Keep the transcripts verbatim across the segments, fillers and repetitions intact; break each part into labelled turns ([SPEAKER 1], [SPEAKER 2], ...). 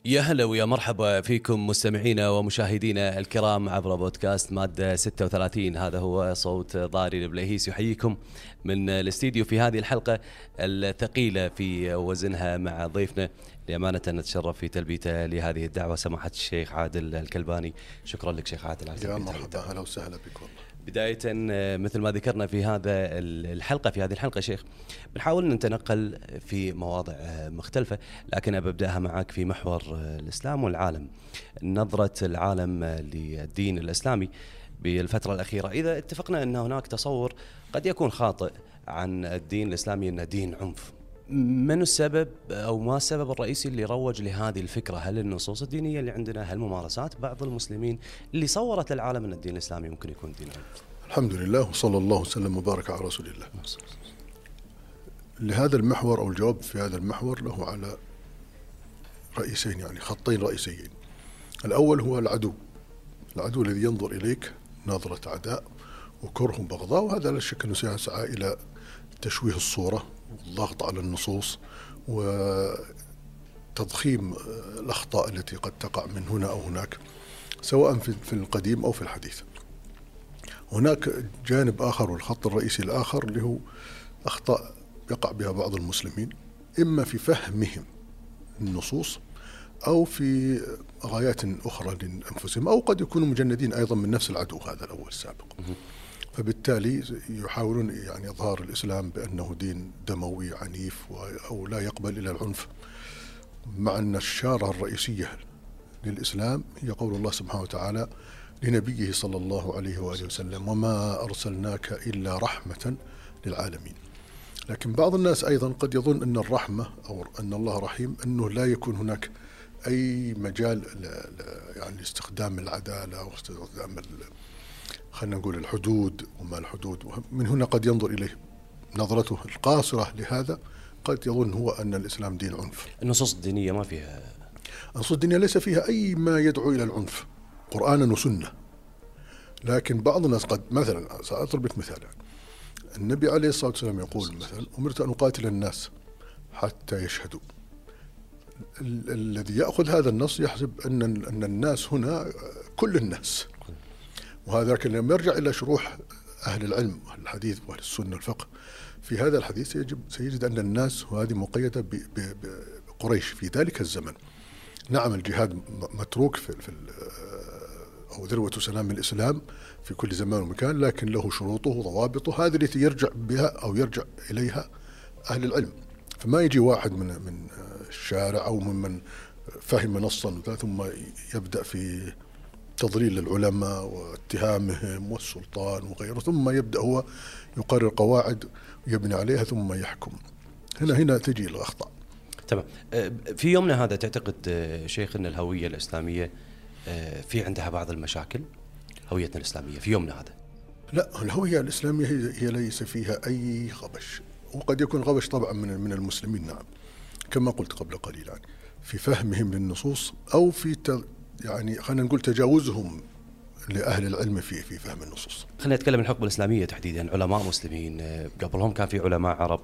[SPEAKER 1] يا هلا ويا مرحبا فيكم مستمعينا ومشاهدينا الكرام عبر بودكاست مادة ستة وثلاثين. هذا هو صوت ضاري البليهيس يحييكم من الاستديو في هذه الحلقة الثقيلة في وزنها مع ضيفنا لأمانة نتشرف في تلبيته لهذه الدعوة سماحة الشيخ عادل الكلباني. شكرا لك شيخ عادل.
[SPEAKER 2] يا مرحبا، أهلا وسهلا بك. والله
[SPEAKER 1] بداية مثل ما ذكرنا في هذا الحلقة في هذه الحلقة شيخ بنحاول أن نتنقل في مواضع مختلفة، لكن أبدأها معك في محور الإسلام والعالم. نظرة العالم للدين الإسلامي بالفترة الأخيرة، إذا اتفقنا أن هناك تصور قد يكون خاطئ عن الدين الإسلامي أنه دين عنف، من السبب أو ما السبب الرئيسي اللي روج لهذه الفكرة؟ هل النصوص الدينية اللي عندنا، هل ممارسات بعض المسلمين اللي صورت للعالم أن الدين الإسلامي ممكن يكون دين عنف؟
[SPEAKER 2] الحمد لله وصلى الله وسلم وبارك على رسول الله. لهذا المحور أو الجواب في هذا المحور له على رئيسين، يعني خطين رئيسيين. الأول هو العدو، العدو الذي ينظر إليك نظرة عداء وكره بغضاء، وهذا لا شك أنه سيسعى إلى تشويه الصورة والضغط على النصوص وتضخيم الأخطاء التي قد تقع من هنا أو هناك، سواء في القديم أو في الحديث. هناك جانب آخر، والخط الرئيسي الآخر اللي هو أخطاء يقع بها بعض المسلمين، إما في فهمهم النصوص أو في غايات أخرى لأنفسهم، أو قد يكونوا مجندين أيضا من نفس العدو هذا الأول السابق. فبالتالي يحاولون يعني إظهار الإسلام بأنه دين دموي عنيف أو لا يقبل إلى العنف، مع أن الشارة الرئيسية للإسلام هي قول الله سبحانه وتعالى لنبيه صلى الله عليه وآله وسلم: وما أرسلناك إلا رحمة للعالمين. لكن بعض الناس أيضا قد يظن أن الرحمة أو أن الله رحيم أنه لا يكون هناك أي مجال يعني لاستخدام العدالة واستخدام خلينا نقول الحدود وما الحدود. من هنا قد ينظر إليه نظرته القاصرة لهذا، قد يظن هو أن الإسلام دين عنف.
[SPEAKER 1] النصوص الدينية ما فيها،
[SPEAKER 2] النصوص الدينية ليس فيها أي ما يدعو إلى العنف قرآنا وسنة. لكن بعض الناس قد مثلا سأضرب لك مثال، يعني النبي عليه الصلاة والسلام يقول مثلا: أمرت أن أقاتل الناس حتى يشهدوا. ال- الذي يأخذ هذا النص يحسب أن أن الناس هنا كل الناس، وهذا لما يرجع إلى شروح أهل العلم أهل الحديث وأهل السنة والفقه في هذا الحديث سيجب سيجد أن الناس، وهذه مقيدة بقريش في ذلك الزمن. نعم الجهاد متروك في, في أو ذروة سلام الإسلام في كل زمان ومكان، لكن له شروطه وضوابطه، هذه التي يرجع بها أو يرجع إليها أهل العلم. فما يجي واحد من من الشارع أو ممن فهم نصا ثم يبدأ في تضليل العلماء واتهامهم والسلطان وغيره، ثم يبدأ هو يقرر قواعد ويبني عليها ثم يحكم. هنا هنا تجي الأخطاء.
[SPEAKER 1] تمام. في يومنا هذا تعتقد شيخ أن الهوية الإسلامية في عندها بعض المشاكل؟ هويتنا الإسلامية في يومنا هذا؟
[SPEAKER 2] لا، الهوية الإسلامية هي, هي ليس فيها أي غبش، وقد يكون غبش طبعا من من المسلمين، نعم كما قلت قبل قليل، يعني في فهمهم للنصوص أو في يعني خلينا نقول تجاوزهم لأهل العلم في في فهم النصوص.
[SPEAKER 1] خلينا نتكلم الحقبة الإسلامية تحديدا، علماء مسلمين قبلهم كان في علماء عرب،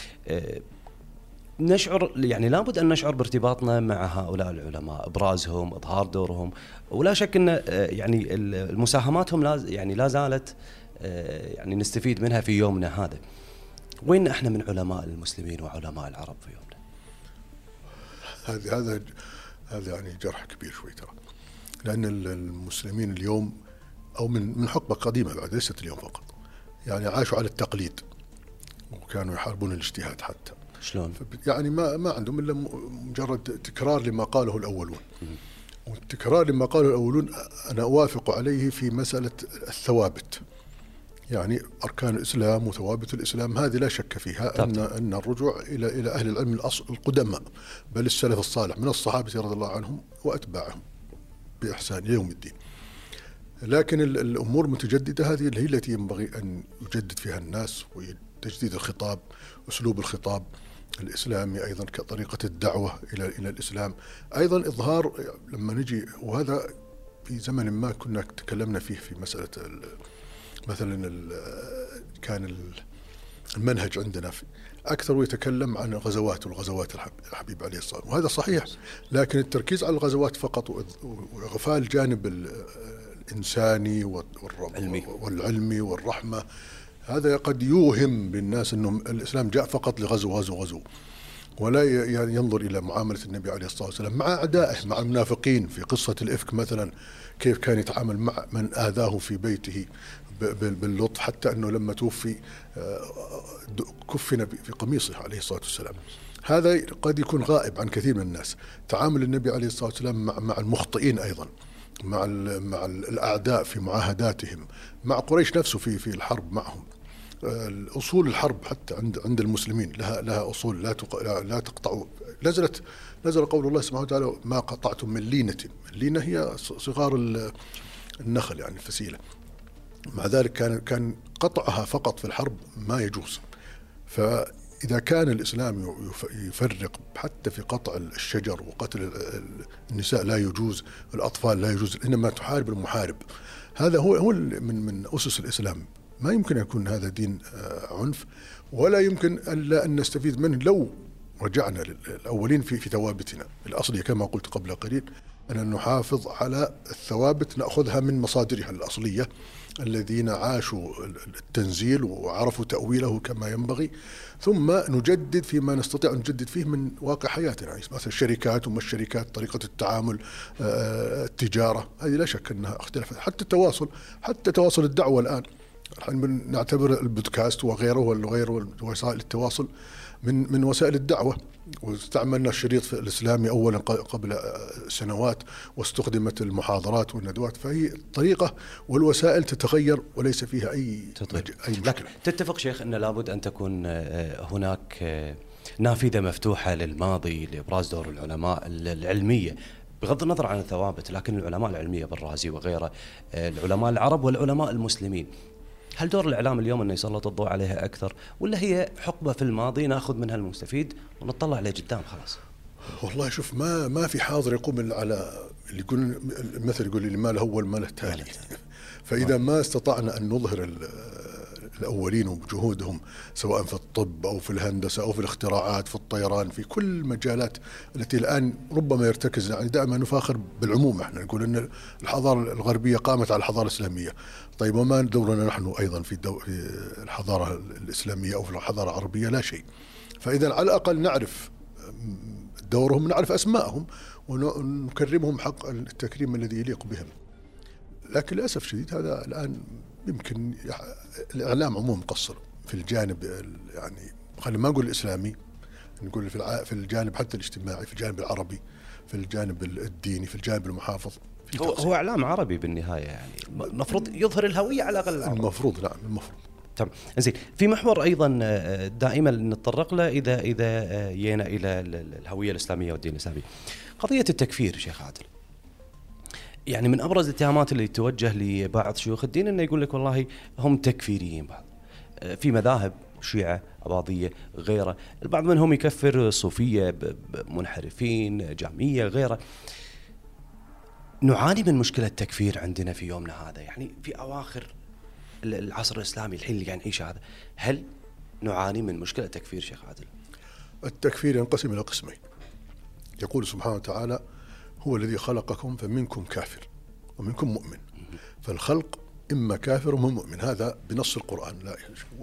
[SPEAKER 1] نشعر يعني لابد أن نشعر بارتباطنا مع هؤلاء العلماء، إبرازهم، إظهار دورهم، ولا شك أن يعني المساهماتهم لا يعني لا زالت يعني نستفيد منها في يومنا هذا. وين احنا من علماء المسلمين وعلماء العرب في يومنا؟
[SPEAKER 2] هذا هذا هذا يعني جرح كبير شوي ترى، لأن المسلمين اليوم أو من من حقبة قديمة بعد، ليست اليوم فقط، يعني عاشوا على التقليد وكانوا يحاربون الاجتهاد حتى.
[SPEAKER 1] شلون؟
[SPEAKER 2] يعني ما ما عندهم إلا مجرد تكرار لما قاله الأولون. والتكرار لما قاله الأولون أنا أوافق عليه في مسألة الثوابت، يعني أركان الإسلام وثوابت الإسلام هذه لا شك فيها أن أن الرجوع إلى إلى أهل العلم الأصل القدماء، بل السلف الصالح من الصحابة رضي الله عنهم وأتباعهم بإحسان يوم الدين. لكن الأمور متجددة هذه هي التي ينبغي أن يجدد فيها الناس، وتجديد الخطاب، أسلوب الخطاب الإسلامي، أيضا كطريقة الدعوة إلى إلى الإسلام، أيضا إظهار لما نجي. وهذا في زمن ما كنا تكلمنا فيه في مسألة مثلا كان المنهج عندنا في أكثر ويتكلم عن الغزوات والغزوات الحبيب عليه الصلاة والسلام، وهذا صحيح، لكن التركيز على الغزوات فقط وإغفال الجانب الإنساني والعلمي والرحمة هذا قد يوهم بالناس أنه الإسلام جاء فقط لغزو غزو غزو، ولا ينظر إلى معاملة النبي عليه الصلاة والسلام مع أعدائه، مع المنافقين في قصة الإفك مثلا، كيف كان يتعامل مع من آذاه في بيته باللطف، حتى أنه لما توفي كفن في قميصه عليه الصلاة والسلام. هذا قد يكون غائب عن كثير من الناس. تعامل النبي عليه الصلاة والسلام مع مع المخطئين أيضا، مع مع الأعداء في معاهداتهم، مع قريش نفسه في في الحرب معهم. الأصول الحرب حتى عند عند المسلمين لها لها أصول لا لا تقطع. نزلت نزل قول الله سبحانه وتعالى: ما قطعتم من لينة. اللينة هي صغار النخل يعني الفسيلة. مع ذلك كان كان قطعها فقط في الحرب ما يجوز. فإذا كان الإسلام يفرق حتى في قطع الشجر وقتل النساء لا يجوز، الأطفال لا يجوز، إنما تحارب المحارب. هذا هو هو من من أسس الإسلام. ما يمكن أن يكون هذا دين عنف، ولا يمكن ألا أن نستفيد منه لو رجعنا للأولين في في ثوابتنا الأصلية، كما قلت قبل قليل أن نحافظ على الثوابت نأخذها من مصادرها الأصلية، الذين عاشوا التنزيل وعرفوا تأويله كما ينبغي، ثم نجدد فيما نستطيع أن نجدد فيه من واقع حياتنا. يعني مثلا الشركات وما الشركات، طريقة التعامل، التجارة، هذه لا شك أنها اختلفت. حتى التواصل، حتى تواصل الدعوة الآن الحين نعتبر البودكاست وغيره وغيره وسائل التواصل من من وسائل الدعوة. واستعملنا الشريط الإسلامي أولا قبل سنوات، واستخدمت المحاضرات والندوات، فهي الطريقة والوسائل تتغير وليس فيها أي
[SPEAKER 1] تطير.
[SPEAKER 2] أي مشكلة.
[SPEAKER 1] لكن تتفق شيخ أن لابد أن تكون هناك نافذة مفتوحة للماضي لإبراز دور العلماء العلمية بغض النظر عن الثوابت، لكن العلماء العلمية بالرازي وغيره، العلماء العرب والعلماء المسلمين. هل دور الإعلام اليوم أنه يسلط الضوء عليها أكثر، ولا هي حقبة في الماضي نأخذ منها المستفيد ونطلع عليه قدام خلاص؟
[SPEAKER 2] والله شوف، ما ما في حاضر يقوم على اللي يقول المثل يقول اللي ما له أول ما له تالي. فإذا ما استطعنا أن نظهر الأولين وبجهودهم سواء في الطب أو في الهندسة أو في الاختراعات، في الطيران، في كل المجالات التي الآن ربما يرتكز، يعني دائما نفاخر بالعموم، احنا نقول أن الحضارة الغربية قامت على الحضارة الإسلامية. طيب وما دورنا نحن أيضا في, الدو... في الحضارة الإسلامية أو في الحضارة العربية؟ لا شيء. فإذا على الأقل نعرف دورهم، نعرف أسماءهم، ونكرمهم حق التكريم الذي يليق بهم. لكن للأسف شديد هذا الآن يمكن الإعلام عموما مقصر في الجانب، يعني خلينا ما نقول الإسلامي، نقول في الع... في الجانب حتى الاجتماعي، في الجانب العربي، في الجانب الديني، في الجانب المحافظ.
[SPEAKER 1] هو, هو إعلام عربي بالنهاية، يعني المفروض يظهر الهوية على الأقل.
[SPEAKER 2] المفروض نعم المفروض.
[SPEAKER 1] تمام. زين، في محور أيضا دائما نتطرق له إذا إذا جينا إلى الهوية الإسلامية والدين الإسلامي، قضية التكفير شيخ عادل. يعني من أبرز الاتهامات اللي توجه لبعض شيوخ الدين إنه يقول لك والله هم تكفيريين. بعض في مذاهب شيعة، أباضية، غيره، البعض منهم يكفر صوفية، منحرفين، جامية، غيره. نعاني من مشكلة التكفير عندنا في يومنا هذا، يعني في أواخر العصر الإسلامي الحين اللي قاعد نعيشه هذا، هل نعاني من مشكلة تكفير شيخ عادل؟
[SPEAKER 2] التكفير ينقسم إلى قسمين. يقول سبحانه وتعالى: هو الذي خلقكم فمنكم كافر ومنكم مؤمن. فالخلق إما كافر وإما مؤمن، هذا بنص القرآن. لا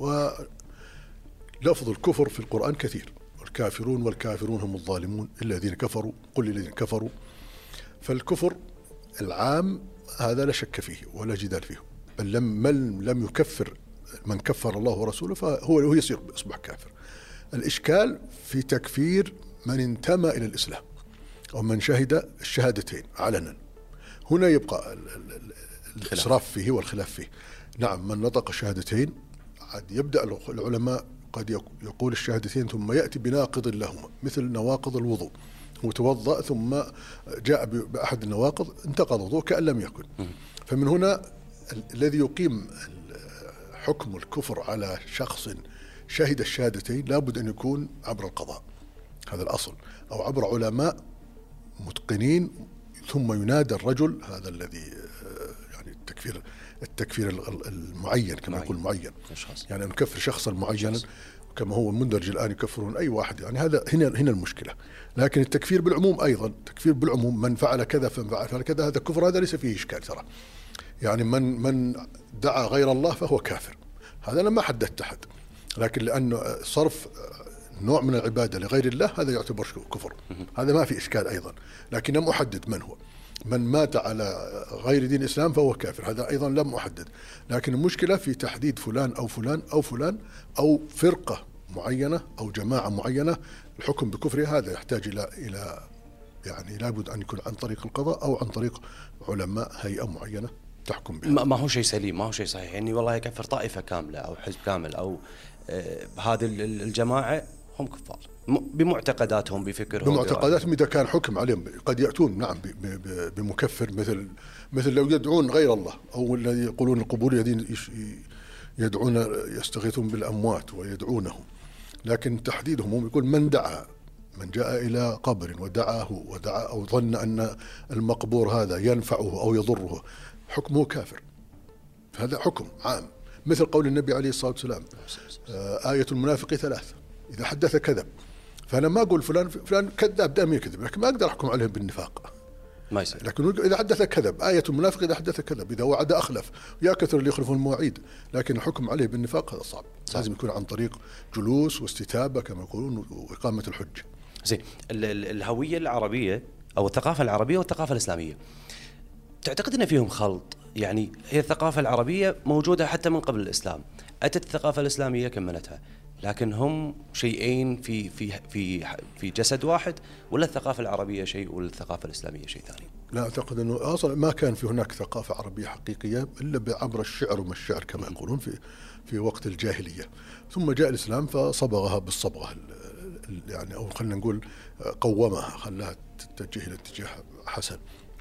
[SPEAKER 2] ولفظ الكفر في القرآن كثير: الكافرون والكافرون هم الظالمون إلا الذين كفروا قل للذين كفروا. فالكفر العام هذا لا شك فيه ولا جدال فيه، بل لم من لم يكفر من كفر الله ورسوله فهو هو يصير يصبح كافر. الإشكال في تكفير من انتمى إلى الإسلام أو من شهد الشهادتين علنا. هنا يبقى الإسراف فيه والخلاف فيه. نعم، من نطق الشهادتين عاد يبدأ العلماء قد يقول الشهادتين ثم يأتي بناقض لهما، مثل نواقض الوضوء. هو توضأ ثم جاء بأحد النواقض انتقض وضوء كأن لم يكن. فمن هنا الذي يقيم حكم الكفر على شخص شهد الشهادتين لابد أن يكون عبر القضاء، هذا الأصل، أو عبر علماء متقنين ثم ينادى الرجل هذا الذي يعني التكفير التكفير المعين كما يقول معين، يعني نكفر شخصا معينا كما هو مندرج الآن يكفرون أي واحد، يعني هذا هنا هنا المشكلة. لكن التكفير بالعموم أيضا، التكفير بالعموم من فعل كذا فعل كذا هذا كفر، هذا ليس فيه إشكال ترى. يعني من من دعا غير الله فهو كافر، هذا أنا ما حددت أحد، لكن لأنه صرف نوع من العبادة لغير الله هذا يعتبر كفر، هذا ما في إشكال أيضا، لكن لم أحدد من هو. من مات على غير دين الإسلام فهو كافر، هذا أيضا لم أحدد. لكن المشكلة في تحديد فلان أو فلان أو فلان أو فرقة معينة أو جماعة معينة، الحكم بكفرها هذا يحتاج إلى إلى يعني لابد أن يكون عن طريق القضاء أو عن طريق علماء هيئة معينة تحكم بها.
[SPEAKER 1] ما هو شيء سليم، ما هو شيء صحيح، يعني والله يكفر طائفة كاملة أو حزب كامل أو آه هذه الجماعة هم كفار بمعتقداتهم بفكرهم
[SPEAKER 2] بمعتقداتهم. إذا كان حكم عليهم قد يأتون نعم بمكفر، مثل مثل لو يدعون غير الله، أو الذي يقولون القبور الذين يدعون يستغيثون بالأموات ويدعونهم. لكن تحديدهم هم يقول من دعا، من جاء إلى قبر ودعاه ودعا أو ظن أن المقبور هذا ينفعه أو يضره حكمه كافر، هذا حكم عام. مثل قول النبي عليه الصلاة والسلام آية المنافق ثلاث، إذا حدث كذب. فأنا ما أقول فلان فلان كذاب دائما يكذب، لكن ما أقدر أحكم عليه بالنفاق،
[SPEAKER 1] ما يصير.
[SPEAKER 2] لكن إذا حدث كذب، آية المنافق إذا حدث كذب، إذا وعد أخلف، يا كثر اللي يخلفون المواعيد. لكن الحكم عليه بالنفاق هذا صعب، صعب. لازم يكون عن طريق جلوس واستتابة كما يقولون وإقامة الحجة.
[SPEAKER 1] زين، الهوية العربية أو الثقافة العربية والثقافة الإسلامية، تعتقد أن فيهم خلط؟ يعني هي الثقافة العربية موجودة حتى من قبل الإسلام، أتت الثقافة الإسلامية كملتها، لكن هم شيئين في في في في جسد واحد، ولا الثقافة العربية شيء والثقافة الإسلامية شيء ثاني؟
[SPEAKER 2] لا أعتقد أنه أصلا ما كان في هناك ثقافة عربية حقيقية إلا عبر الشعر وما الشعر كما يقولون في في وقت الجاهلية، ثم جاء الإسلام فصبغها بالصبغة، يعني أو خلينا نقول قومها، خلاها تتجه إلى اتجاه حسن.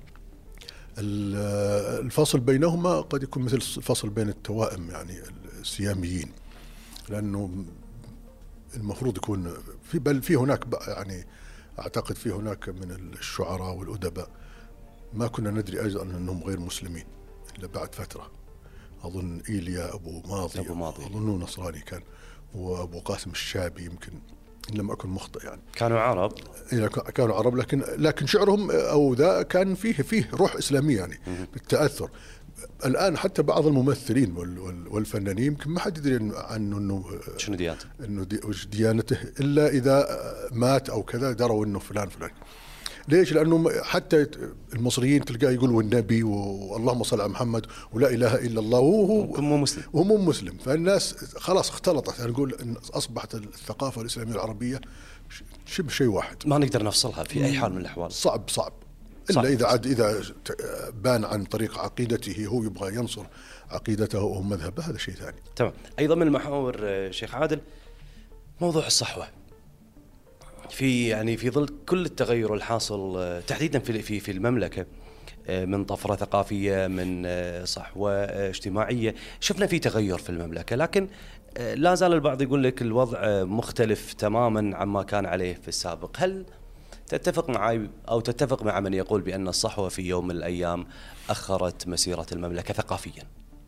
[SPEAKER 2] الفصل بينهما قد يكون مثل الفصل بين التوائم، يعني السياميين، لأنه المفروض يكون في بل في هناك يعني أعتقد في هناك من الشعراء والأدباء ما كنا ندري أيضا أنهم غير مسلمين إلا بعد فترة. أظن إيليا أبو ماضي, أبو ماضي. أظنه نصراني كان، وأبو قاسم الشابي يمكن إن لم أكن مخطئ، يعني
[SPEAKER 1] كانوا عرب،
[SPEAKER 2] كانوا عرب، لكن لكن شعرهم أو ذا كان فيه فيه روح إسلامية يعني بالتأثر. الآن حتى بعض الممثلين والفنانين يمكن ما حد يدري عنه إنه
[SPEAKER 1] شنو ديانته،
[SPEAKER 2] إنه دي ديانته إلا إذا مات أو كذا دروا إنه فلان فلان. ليش؟ لأنه حتى المصريين تلقاه يقول والنبي واللهم صل على محمد ولا إله إلا الله وهو
[SPEAKER 1] مو مسلم
[SPEAKER 2] وهو مو مسلم. فالناس خلاص اختلطت، يعني نقول إن أصبحت الثقافة الإسلامية العربية شبه شيء واحد،
[SPEAKER 1] ما نقدر نفصلها في أي حال من الأحوال.
[SPEAKER 2] صعب صعب إلا إذا عاد إذا بان عن طريق عقيدته، هو يبغى ينصر عقيدته أو مذهبه، هذا شيء ثاني.
[SPEAKER 1] تمام. أيضا من المحاور شيخ عادل موضوع الصحوة، في يعني في ظل كل التغير الحاصل تحديدا في في في المملكة، من طفرة ثقافية، من صحوة اجتماعية، شفنا في تغير في المملكة، لكن لا زال البعض يقول لك الوضع مختلف تماما عما كان عليه في السابق. هل تتفق معي أو تتفق مع من يقول بأن الصحوة في يوم من الأيام أخرت مسيرة المملكة ثقافيا؟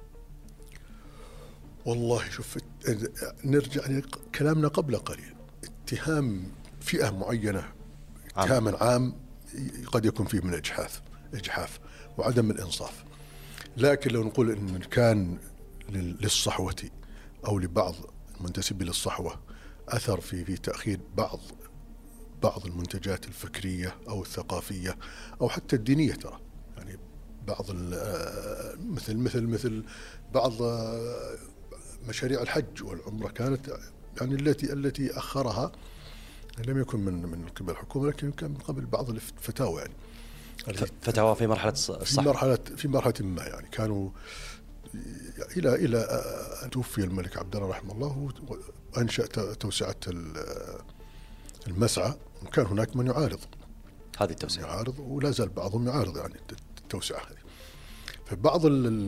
[SPEAKER 2] والله شوف، نرجع لكلامنا قبل قليل، اتهام فئة معينة اتهاما عام قد يكون فيه من إجحاف إجحاف وعدم الإنصاف. لكن لو نقول إن كان للصحوة أو لبعض المنتسبين للصحوة أثر في في تأخير بعض بعض المنتجات الفكرية أو الثقافية أو حتى الدينية، ترى يعني بعض مثل مثل مثل بعض مشاريع الحج والعمرة كانت يعني التي التي أخرها لم يكن من من قبل الحكومة، لكن كان من قبل بعض الفتاوى، يعني
[SPEAKER 1] فتاوى في مرحلة الصح
[SPEAKER 2] في مرحلة في مرحلة ما، يعني كانوا إلى إلى أن توفي الملك عبد الله رحمه الله وأنشأ توسعة المسعى، وكان هناك من يعارض
[SPEAKER 1] هذه التوسعة،
[SPEAKER 2] يعارض ولا زال بعضهم يعارض يعني التوسعة هذه. فبعض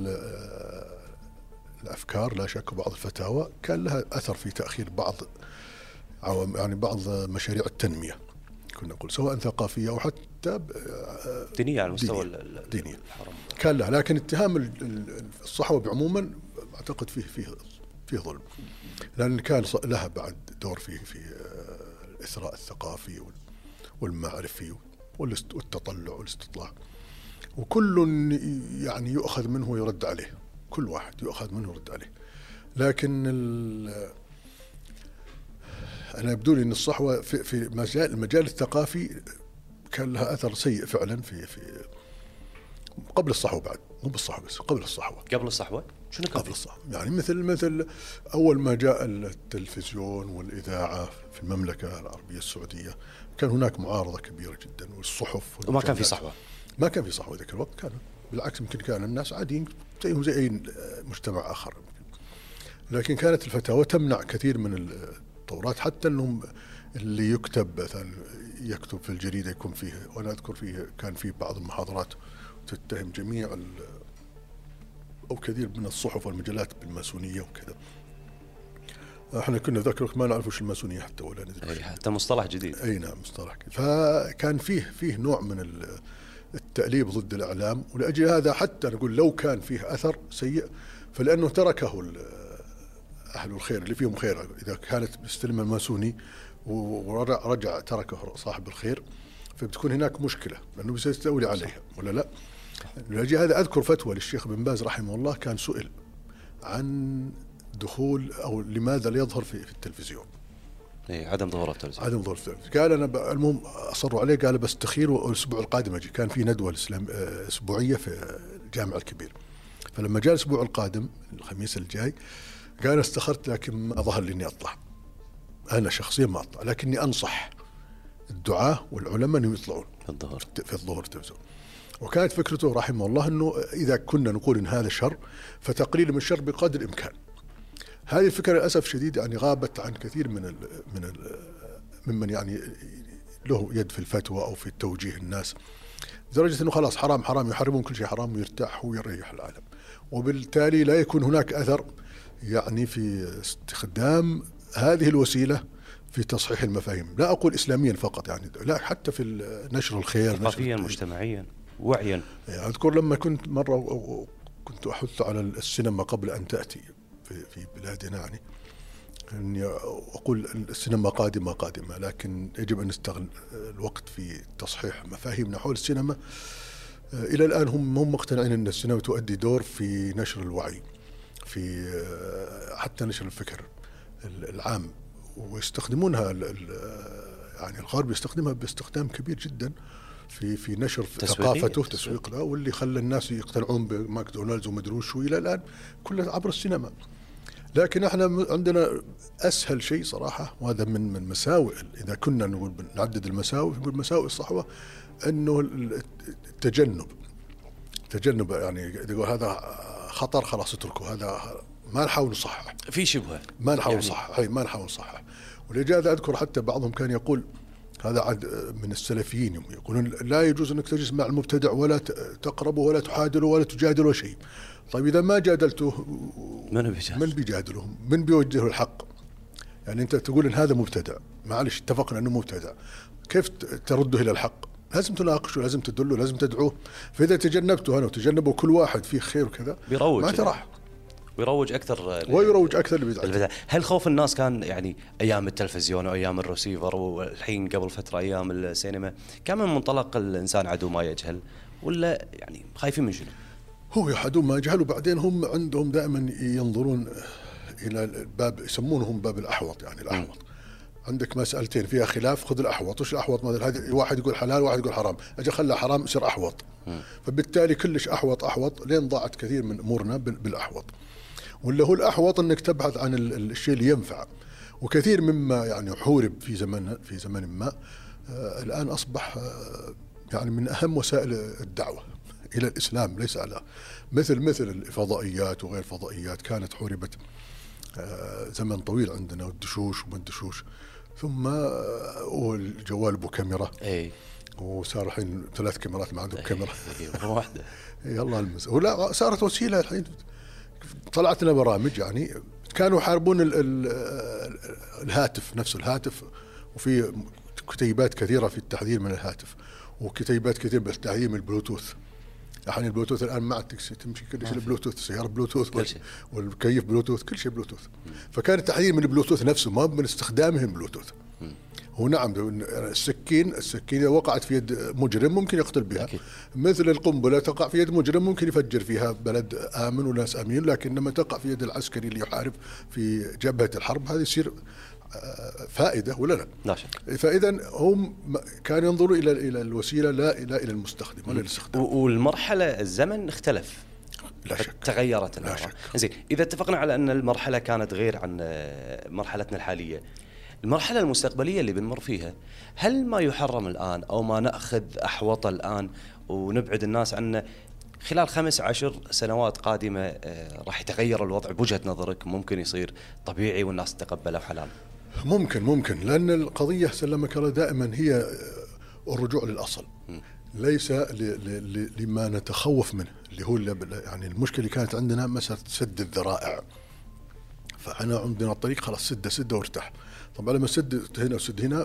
[SPEAKER 2] الأفكار لا شك وبعض الفتاوى كان لها أثر في تأخير بعض يعني بعض مشاريع التنمية خلينا نقول سواء ثقافية أو حتى
[SPEAKER 1] دينية على مستوى
[SPEAKER 2] دينية كان لا. لكن اتهام الصحوة بعموما أعتقد فيه فيه فيه ظلم، لأن كان لها بعد دور في في الإثراء الثقافي والمعرفي والتطلع والاستطلاع، وكل يعني يؤخذ منه ويرد عليه، كل واحد يؤخذ منه ويرد عليه. لكن أنا يبدو لي أن الصحوة في في مجال المجال الثقافي كان لها أثر سيء فعلا في في قبل الصحوة، بعد مو بالصحوة بس قبل الصحوة.
[SPEAKER 1] قبل الصحوة شنو كان؟
[SPEAKER 2] قبل الصحوة يعني مثل مثل أول ما جاء التلفزيون والإذاعة في المملكة العربية السعودية كان هناك معارضة كبيرة جدا، والصحف
[SPEAKER 1] وما كان في صحوة.
[SPEAKER 2] ما كان في صحوة ذاك الوقت، كان بالعكس يمكن كان الناس عاديين زيهم زي أي مجتمع آخر، لكن كانت الفتاوى تمنع كثير من التطورات، حتى أنهم اللي يكتب مثلا يكتب في الجريدة يكون فيه، وأنا أذكر فيه كان فيه بعض المحاضرات تتهم جميع أو كثير من الصحف والمجلات بالماسونية وكذا. احنا كنا ذاك الوقت ما نعرف وش الماسونية حتى ولا ندري،
[SPEAKER 1] حتى مصطلح جديد.
[SPEAKER 2] اي نعم مصطلح جديد. فكان فيه فيه نوع من التأليب ضد الإعلام، ولأجل هذا حتى نقول لو كان فيه أثر سيء فلأنه تركه أهل الخير اللي فيهم خير. إذا كانت باستلم الماسوني ورجع تركه صاحب الخير فبتكون هناك مشكلة، لأنه بيستولي عليها ولا لا. لأجل هذا أذكر فتوى للشيخ بن باز رحمه الله، كان سئل عن دخول أو لماذا لا يظهر في, في التلفزيون.
[SPEAKER 1] إيه عدم ظهور التلفزيون.
[SPEAKER 2] عدم ظهور التلفزيون. قال أنا المهم أصروا عليه، قال بستخير والأسبوع القادم أجي. كان في ندوة الإسلام أسبوعية في الجامع الكبير، فلما جاء الأسبوع القادم الخميس الجاي قال استخرت لكن ما ظهر لي إني أطلع. أنا شخصيا ما أطلع، لكني أنصح الدعاة والعلماء أن يطلعون
[SPEAKER 1] في الظهر
[SPEAKER 2] في الظهر التلفزيون. وكانت فكرته رحمه الله أنه إذا كنا نقول إن هذا شر فتقليل من الشر بقدر الإمكان. هذه الفكرة للأسف شديد يعني غابت عن كثير من ال من ال ممن يعني له يد في الفتوى أو في توجيه الناس، لدرجة أنه خلاص حرام حرام يحرمون كل شيء حرام ويرتاح ويريح العالم، وبالتالي لا يكون هناك أثر يعني في استخدام هذه الوسيلة في تصحيح المفاهيم. لا أقول إسلاميا فقط يعني، لا حتى في نشر الخير،
[SPEAKER 1] ثقافيا مجتمعيا وعيا.
[SPEAKER 2] يعني أذكر لما كنت مرة كنت أحث على السينما قبل أن تأتي في, في بلادنا، يعني أني أقول السينما قادمة قادمة، لكن يجب أن نستغل الوقت في تصحيح مفاهيمنا حول السينما. إلى الآن هم هم مقتنعين أن السينما تؤدي دور في نشر الوعي، في حتى نشر الفكر العام، ويستخدمونها يعني الغرب يستخدمها باستخدام كبير جدا في في نشر ثقافته تسويق له، واللي خلى الناس يقتنعون بماكدونالدز ومدري وش إلى الآن كله عبر السينما. لكن احنا عندنا اسهل شيء صراحه، وهذا من من مساوئ، اذا كنا نقول نعدد المساوئ نقول مساوئ الصحوه انه التجنب تجنب يعني اذا يقول هذا خطر خلاص اتركه، هذا ما نحاول نصحح،
[SPEAKER 1] في شبهه
[SPEAKER 2] ما نحاول يعني نصحح، اي ما نحاول نصحح. ولهذا اذكر حتى بعضهم كان يقول، هذا عاد من السلفيين يقولون لا يجوز انك تجلس مع المبتدع ولا تقربه ولا تحادله ولا تجادله شيء. طيب إذا ما جادلته
[SPEAKER 1] من بيجادل؟
[SPEAKER 2] من بيجادلهم؟ من بيوجهه الحق؟ يعني أنت تقول إن هذا مبتدع، معلش اتفقنا أنه مبتدع، كيف ترده إلى الحق؟ لازم تناقشه، لازم تدله، لازم تدعوه. فإذا تجنبته أنا وتجنبه كل واحد فيه خير وكذا
[SPEAKER 1] بيروج،
[SPEAKER 2] ما تراح
[SPEAKER 1] ويروج أكثر
[SPEAKER 2] ويروج أكثر البدع.
[SPEAKER 1] هل خوف الناس كان يعني أيام التلفزيون وأيام الرسيفر، والحين قبل فترة أيام السينما، كان من منطلق الإنسان عدو ما يجهل، ولا يعني خايفين من شنو؟
[SPEAKER 2] هو يحدون ما يجهلوا، بعدين هم عندهم دائما ينظرون إلى الباب يسمونهم باب الأحوط، يعني الأحوط. م. عندك مسألتين فيها خلاف، خذ الأحوط. وش الأحوط؟ مثلا هذا واحد يقول حلال واحد يقول حرام، أجي خلى حرام يصير أحوط. م. فبالتالي كلش أحوط أحوط، لين ضاعت كثير من أمورنا بالأحوط. واللي هو الأحوط أنك تبحث عن الشيء اللي ينفع. وكثير مما يعني حورب في زمن في زمن ما آه الآن أصبح آه يعني من أهم وسائل الدعوة إلى الإسلام، ليس على مثل مثل الفضائيات وغير فضائيات، كانت حوربت زمن طويل عندنا، والدشوش وما الدشوش، ثم والجوال ابو كاميرا،
[SPEAKER 1] اي
[SPEAKER 2] وصار الحين ثلاث كاميرات ما عندهم كاميرا
[SPEAKER 1] واحده.
[SPEAKER 2] يلا المس ولا صارت وسيله الحين. طلعت لنا برامج يعني كانوا يحاربون ال ال الهاتف، نفس الهاتف، وفي كتيبات كثيرة في التحذير من الهاتف، وكتيبات كثيرة بالتحذير من البلوتوث. يعني البلوتوث الآن ما عاد تمشي كل شيء البلوتوث، سيارة بلوتوث والمكيف بلوتوث، كل شيء بلوتوث. فكان التحذير من البلوتوث نفسه، ما من استخدامهم بلوتوث. هو نعم السكين السكين إذا وقعت في يد مجرم ممكن يقتل بها، مثل القنبلة تقع في يد مجرم ممكن يفجر فيها بلد آمن وناس آمنين، لكن لما تقع في يد العسكري اللي يحارب في جبهة الحرب هذا يصير فائدة ولا لا؟
[SPEAKER 1] لا شك.
[SPEAKER 2] فإذا هم كانوا ينظروا إلى إلى الوسيلة لا إلى إلى المستخدم ولا الاستخدام.
[SPEAKER 1] والمرحلة الزمن اختلف.
[SPEAKER 2] لا شك.
[SPEAKER 1] تغيرت الأمور. زين، إذا اتفقنا على أن المرحلة كانت غير عن مرحلتنا الحالية، المرحلة المستقبلية اللي بنمر فيها، هل ما يحرم الآن أو ما نأخذ أحوطه الآن ونبعد الناس عنه خلال خمس عشر سنوات قادمة راح يتغير الوضع بوجهة نظرك؟ ممكن يصير طبيعي والناس تتقبله حلال؟
[SPEAKER 2] ممكن ممكن لأن القضية سلمك الله دائما هي الرجوع للأصل، ليس لما نتخوف منه اللي هو يعني المشكلة اللي كانت عندنا مسألة سد الذرائع. فأنا عندنا الطريق خلاص سد سد وارتاح. طبعا لما سد هنا وسد هنا،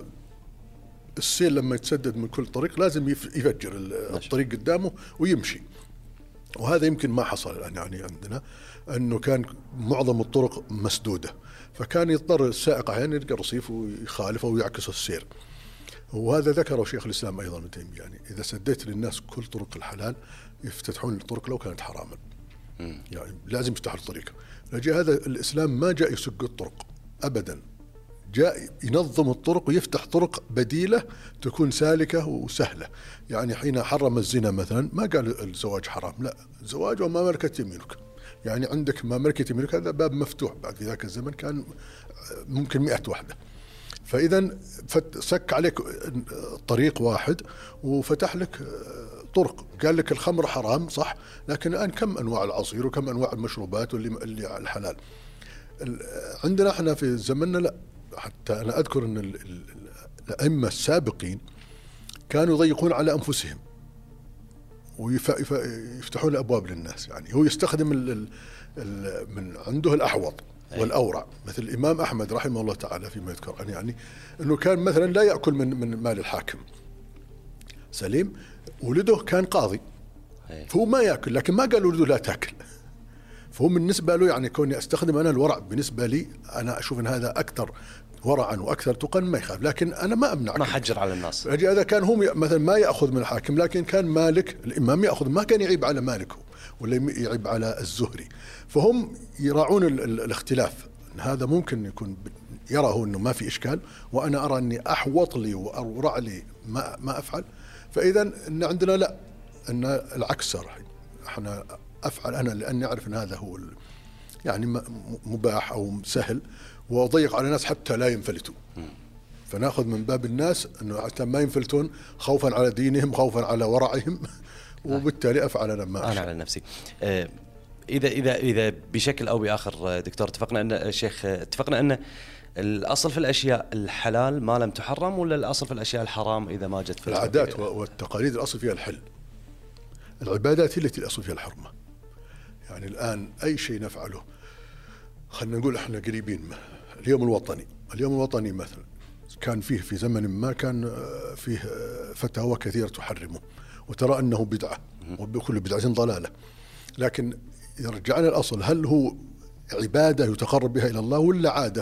[SPEAKER 2] السيل لما يتسدد من كل طريق لازم يفجر الطريق قدامه ويمشي، وهذا يمكن ما حصل الآن. يعني عندنا أنه كان معظم الطرق مسدودة، فكان يضطر السائق أحيانا يلقى رصيف ويخالف أو يعكس السير. وهذا ذكره شيخ الإسلام أيضا ابن تيمية، يعني إذا سديت للناس كل طرق الحلال يفتتحون الطرق لو كانت حراما، يعني لازم يفتحوا الطريق. لجاء هذا الإسلام ما جاء يسق الطرق أبدا، جاء ينظم الطرق ويفتح طرق بديلة تكون سالكة وسهلة. يعني حين حرم الزنا مثلا ما قال الزواج حرام، لا، الزواج وما ملكت يمينك. يعني عندك ما ملكت يمينك هذا باب مفتوح، بعد في ذاك الزمن كان ممكن مئة وحدة. فإذا سك عليك طريق واحد وفتح لك طرق، قال لك الخمر حرام صح، لكن الآن كم أنواع العصير وكم أنواع المشروبات واللي اللي الحلال. عندنا احنا في زمننا لا، حتى أنا أذكر أن الأئمة السابقين كانوا يضيقون على أنفسهم ويفتحون أبواب للناس. يعني هو يستخدم ال ال ال من عنده الأحوط والأورع، مثل الإمام أحمد رحمه الله تعالى فيما يذكر أن يعني أنه كان مثلا لا يأكل من من مال الحاكم. سليم ولده كان قاضي، فهو ما يأكل، لكن ما قال ولده لا تأكل. فهو بالنسبة له يعني كوني أستخدم أنا الورع، بالنسبة لي أنا أشوف أن هذا أكثر ورعا وأكثر تقى ما يخاف، لكن أنا ما أمنع،
[SPEAKER 1] ما حجر على الناس.
[SPEAKER 2] هذا كان هو مثلا ما يأخذ من الحاكم، لكن كان مالك الإمام يأخذ، ما كان يعيب على مالكه ولا يعيب على الزهري. فهم يراعون ال ال الاختلاف، هذا ممكن يكون يراه أنه ما في إشكال، وأنا أرى أني أحوط لي وأورع لي ما ما أفعل. فإذا إن عندنا لا، أن العكس صار، احنا أفعل أنا لأني أعرف أن هذا هو يعني مباح أو سهل، وأضيق على الناس حتى لا ينفلتوا. فنأخذ من باب الناس أنه حتى ما ينفلتون، خوفا على دينهم، خوفا على ورعهم، وبالتالي أفعل أنا ما أشاء.
[SPEAKER 1] أنا على نفسي. آه إذا إذا إذا بشكل أو بآخر دكتور اتفقنا أن الشيخ اتفقنا أن الأصل في الأشياء الحلال ما لم تحرم، ولا الأصل في الأشياء الحرام إذا ما جت في
[SPEAKER 2] العادات والتقاليد الأصل فيها الحل، العبادات هي التي الأصل فيها الحرمة. يعني الآن أي شيء نفعله، خلينا نقول احنا قريبين، اليوم الوطني اليوم الوطني مثلا كان فيه في زمن ما كان فيه فتاوى كثيرة تحرمه وترى أنه بدعة، وبكل بدعة ضلالة. لكن يرجعنا الأصل، هل هو عبادة يتقرب بها إلى الله ولا عادة؟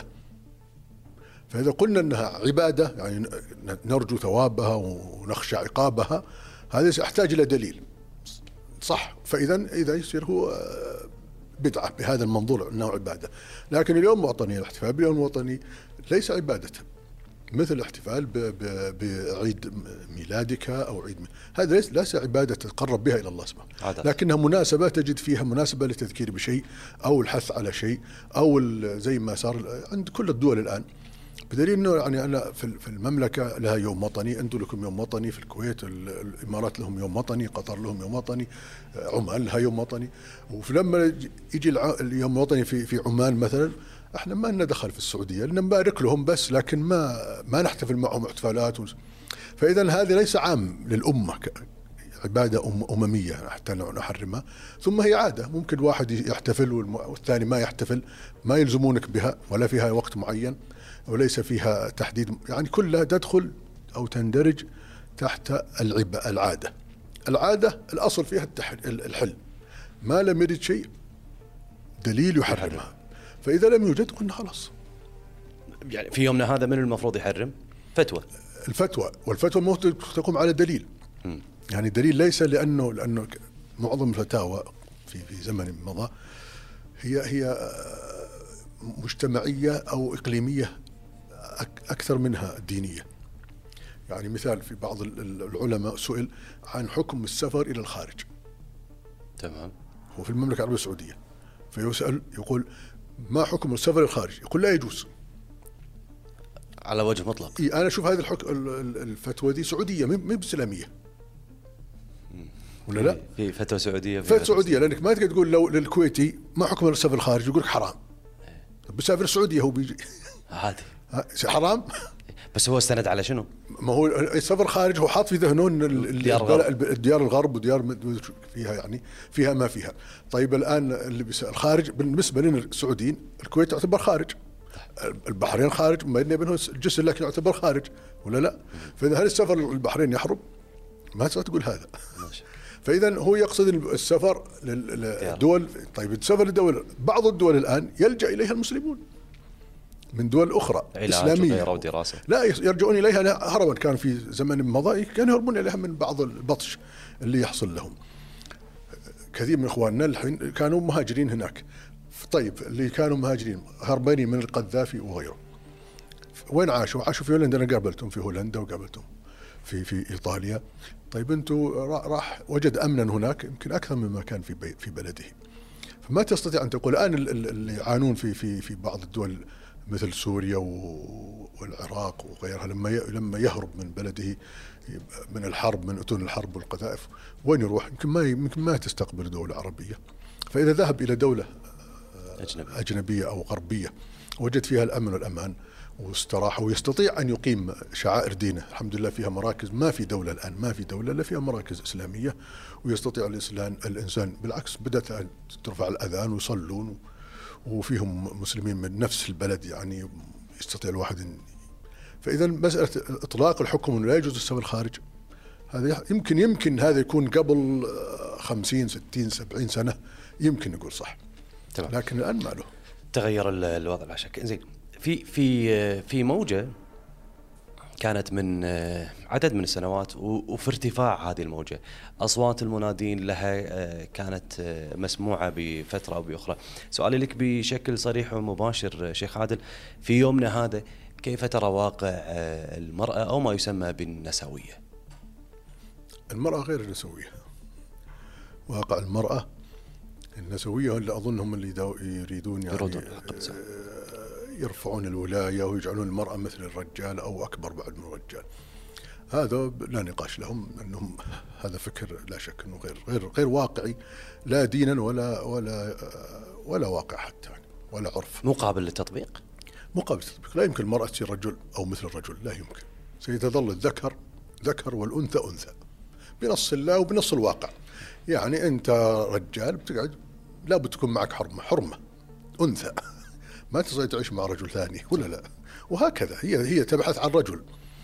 [SPEAKER 2] فإذا قلنا أنها عبادة يعني نرجو ثوابها ونخشى عقابها، هذا يحتاج إلى دليل صح. فإذا إذا يصير هو بدعة بهذا المنظور أنه عبادة. لكن اليوم الوطني، الاحتفال باليوم الوطني ليس عبادة مثل الاحتفال بعيد ميلادك أو عيد ميلاد. هذا ليس ليس عبادة تتقرب بها إلى الله سبحانه، لكنها مناسبة تجد فيها مناسبة للتذكير بشيء أو الحث على شيء، أو زي ما صار عند كل الدول الآن، بدليل أنه يعني أنا في المملكة لها يوم وطني، أنتم لكم يوم وطني، في الكويت الإمارات لهم يوم وطني، قطر لهم يوم وطني، عمان لها يوم وطني. ولما يجي اليوم الوطني في في عمان مثلا، احنا ما لنا دخل في السعودية، لأن نبارك لهم بس، لكن ما ما نحتفل معهم احتفالات. فإذا هذا ليس عام للأمة، عبادة أممية حتى نحرمها. ثم هي عادة، ممكن واحد يحتفل والثاني ما يحتفل، ما يلزمونك بها ولا فيها وقت معين وليس فيها تحديد، يعني كلها تدخل أو تندرج تحت العب العادة. العادة الأصل فيها الحل، ما لم يرد شيء دليل يحرمها، فإذا لم يوجد قلنا خلاص.
[SPEAKER 1] يعني في يومنا هذا من المفروض يحرم؟ فتوى.
[SPEAKER 2] الفتوى، والفتوى المفروض تقوم على دليل. م. يعني دليل ليس لأنه لأنه معظم الفتاوى في في زمن مضى هي هي مجتمعية أو إقليمية أكثر منها دينية. يعني مثال، في بعض العلماء سئل عن حكم السفر إلى الخارج.
[SPEAKER 1] تمام.
[SPEAKER 2] هو في المملكة العربية السعودية، فيسأل يقول ما حكم السفر إلى الخارج؟ يقول لا يجوز
[SPEAKER 1] على وجه مطلق.
[SPEAKER 2] إيه، أنا أشوف هذه الحكم الفتوى دي سعودية مو بإسلامية، ولا لا؟
[SPEAKER 1] في فتوى سعودية.
[SPEAKER 2] فتوى سعودية، لأنك ما تقدر تقول لو للكويتي ما حكم السفر الخارج يقول لك حرام. بسافر السعودية هو بيجي
[SPEAKER 1] عادي
[SPEAKER 2] حرام.
[SPEAKER 1] بس هو استند على شنو؟
[SPEAKER 2] ما هو السفر الخارج هو حاط في ذهنون الديار الغرب وديار فيها يعني فيها ما فيها. طيب الآن اللي الخارج بالنسبة لنا السعوديين، الكويت تعتبر خارج، البحرين خارج، ما بينهم الجسر لكن يعتبر خارج، ولا لا؟ فإذا هل السفر البحرين يحرم؟ ما تقول هذا. فإذا هو يقصد السفر للدول. طيب السفر للدول، بعض الدول الآن يلجأ إليها المسلمون من دول أخرى إسلامية،
[SPEAKER 1] ودراسة.
[SPEAKER 2] لا يرجعون إليها هربا. كان في زمن مضى كانوا يهربون إليها من بعض البطش اللي يحصل لهم. كثير من إخواننا الحين كانوا مهاجرين هناك. طيب اللي كانوا مهاجرين هربانين من القذافي وغيره، وين عاشوا؟ عاشوا في هولندا. أنا قابلتهم في هولندا وقابلتهم في في إيطاليا. طيب أنتوا راح وجد أمنا هناك يمكن أكثر مما كان في بي في بلده. فما تستطيع أن تقول الآن اللي يعانون في في في بعض الدول مثل سوريا والعراق وغيرها، لما لما يهرب من بلده من الحرب، من أتون الحرب والقذائف، وين يروح؟ يمكن ما يمكن ما تستقبل دولة عربية. فإذا ذهب إلى دولة أجنبية, أجنبية أو غربية وجد فيها الأمن والأمان واستراحة ويستطيع أن يقيم شعائر دينه، الحمد لله فيها مراكز، ما في دولة الآن ما في دولة إلا فيها مراكز إسلامية، ويستطيع الإسلام الإنسان بالعكس بدأت أن ترفع الأذان ويصلون، وفيهم مسلمين من نفس البلد، يعني يستطيع الواحد إن. فإذا مسألة إطلاق الحكم أنه لا يجوز السفر الخارج، هذا يمكن يمكن هذا يكون قبل خمسين ستين سبعين سنة يمكن نقول صح.
[SPEAKER 1] تمام.
[SPEAKER 2] لكن الآن ما له.
[SPEAKER 1] تغير الوضع لا شك. زين، في في في موجة كانت من عدد من السنوات، وفي ارتفاع هذه الموجة أصوات المنادين لها كانت مسموعة بفترة أو بأخرى. سؤالي لك بشكل صريح ومباشر شيخ عادل، في يومنا هذا كيف ترى واقع المرأة أو ما يسمى بالنسوية؟
[SPEAKER 2] المرأة غير النسوية. واقع المرأة النسوية اللي أظن هم اللي يريدون يعني يرفعون الولاية ويجعلون المرأة مثل الرجال أو أكبر بعد من الرجال. هذا لا نقاش لهم، أنهم هذا فكر لا شك أنه غير غير غير واقعي، لا دينا ولا ولا ولا واقع حتى يعني ولا عرف.
[SPEAKER 1] مقابل للتطبيق؟
[SPEAKER 2] مقابل للتطبيق. لا يمكن المرأة تصير رجل أو مثل الرجل، لا يمكن. سيتظل الذكر ذكر والأنثى أنثى بنص الله وبنص الواقع. يعني أنت رجال بتقعد لابد تكون معك حرمة حرمة أنثى ما تستطيع تعيش مع رجل ثاني ولا لا. وهكذا هي هي تبحث عن رجل.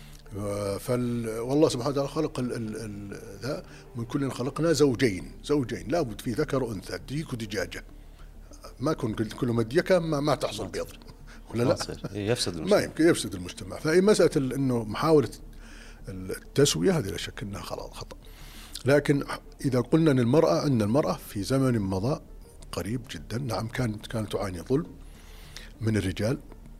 [SPEAKER 2] فال والله سبحانه وتعالى خلق ال ال ال ذا من كل خلقنا زوجين زوجين لابد في ذكر وأنثى، ديك ودجاجة. ما كن كل ما ديكة ما, ما تحصل بيض ولا لا،
[SPEAKER 1] يفسد المجتمع.
[SPEAKER 2] ما يمكن يفسد المجتمع. فهي مسألة إنه محاولة التسوية هذه لا شك أنها خطأ. لكن إذا قلنا أن المرأة أن المرأة في زمن مضى قريب جدا نعم كانت كانت تعاني ظلم من الرجال،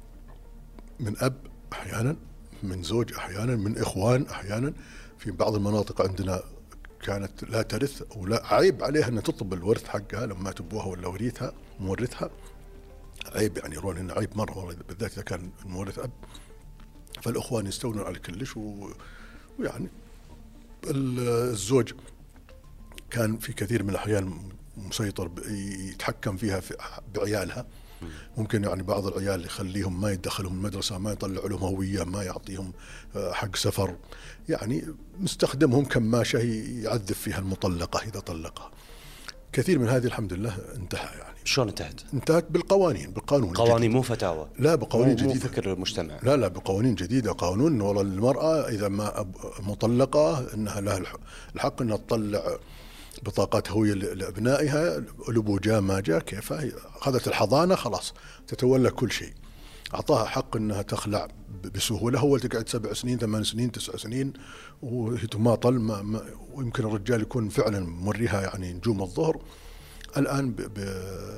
[SPEAKER 2] من أب أحيانا، من زوج أحيانا، من إخوان أحيانا. في بعض المناطق عندنا كانت لا ترث أو لا عيب عليها أن تطلب الورث حقها لما تبوها ولا وريثها مورثها، عيب يعني يرون إنه عيب مرة بالذات إذا كان المورث أب. فالأخوان يستولون على كلش، ويعني الزوج كان في كثير من الأحيان مسيطر يتحكم فيها في بعيالها. ممكن يعني بعض العيال يخليهم ما يدخلهم المدرسة، ما يطلع لهم هوية، ما يعطيهم حق سفر، يعني مستخدمهم كماشة يعذب فيها المطلقة إذا طلقها. كثير من هذه الحمد لله انتهى يعني.
[SPEAKER 1] شلون انتهت؟
[SPEAKER 2] انتهت بالقوانين، بالقانون
[SPEAKER 1] قوانين مو فتاوى.
[SPEAKER 2] لا بقوانين
[SPEAKER 1] مو
[SPEAKER 2] جديدة.
[SPEAKER 1] مو فكر المجتمع.
[SPEAKER 2] لا لا بقوانين جديدة. قانون والله المرأة إذا ما مطلقة أنها لها الحق أنها تطلع بطاقات هوية لأبنائها، الأبو جاء ما جاء كيف، أخذت الحضانة خلاص تتولى كل شيء. أعطاها حق أنها تخلع بسهولة. أول تقعد سبع سنين ثمان سنين تسع سنين وهي تماطل، ما ما ويمكن الرجال يكون فعلا مريها يعني نجوم الظهر. الآن ب ب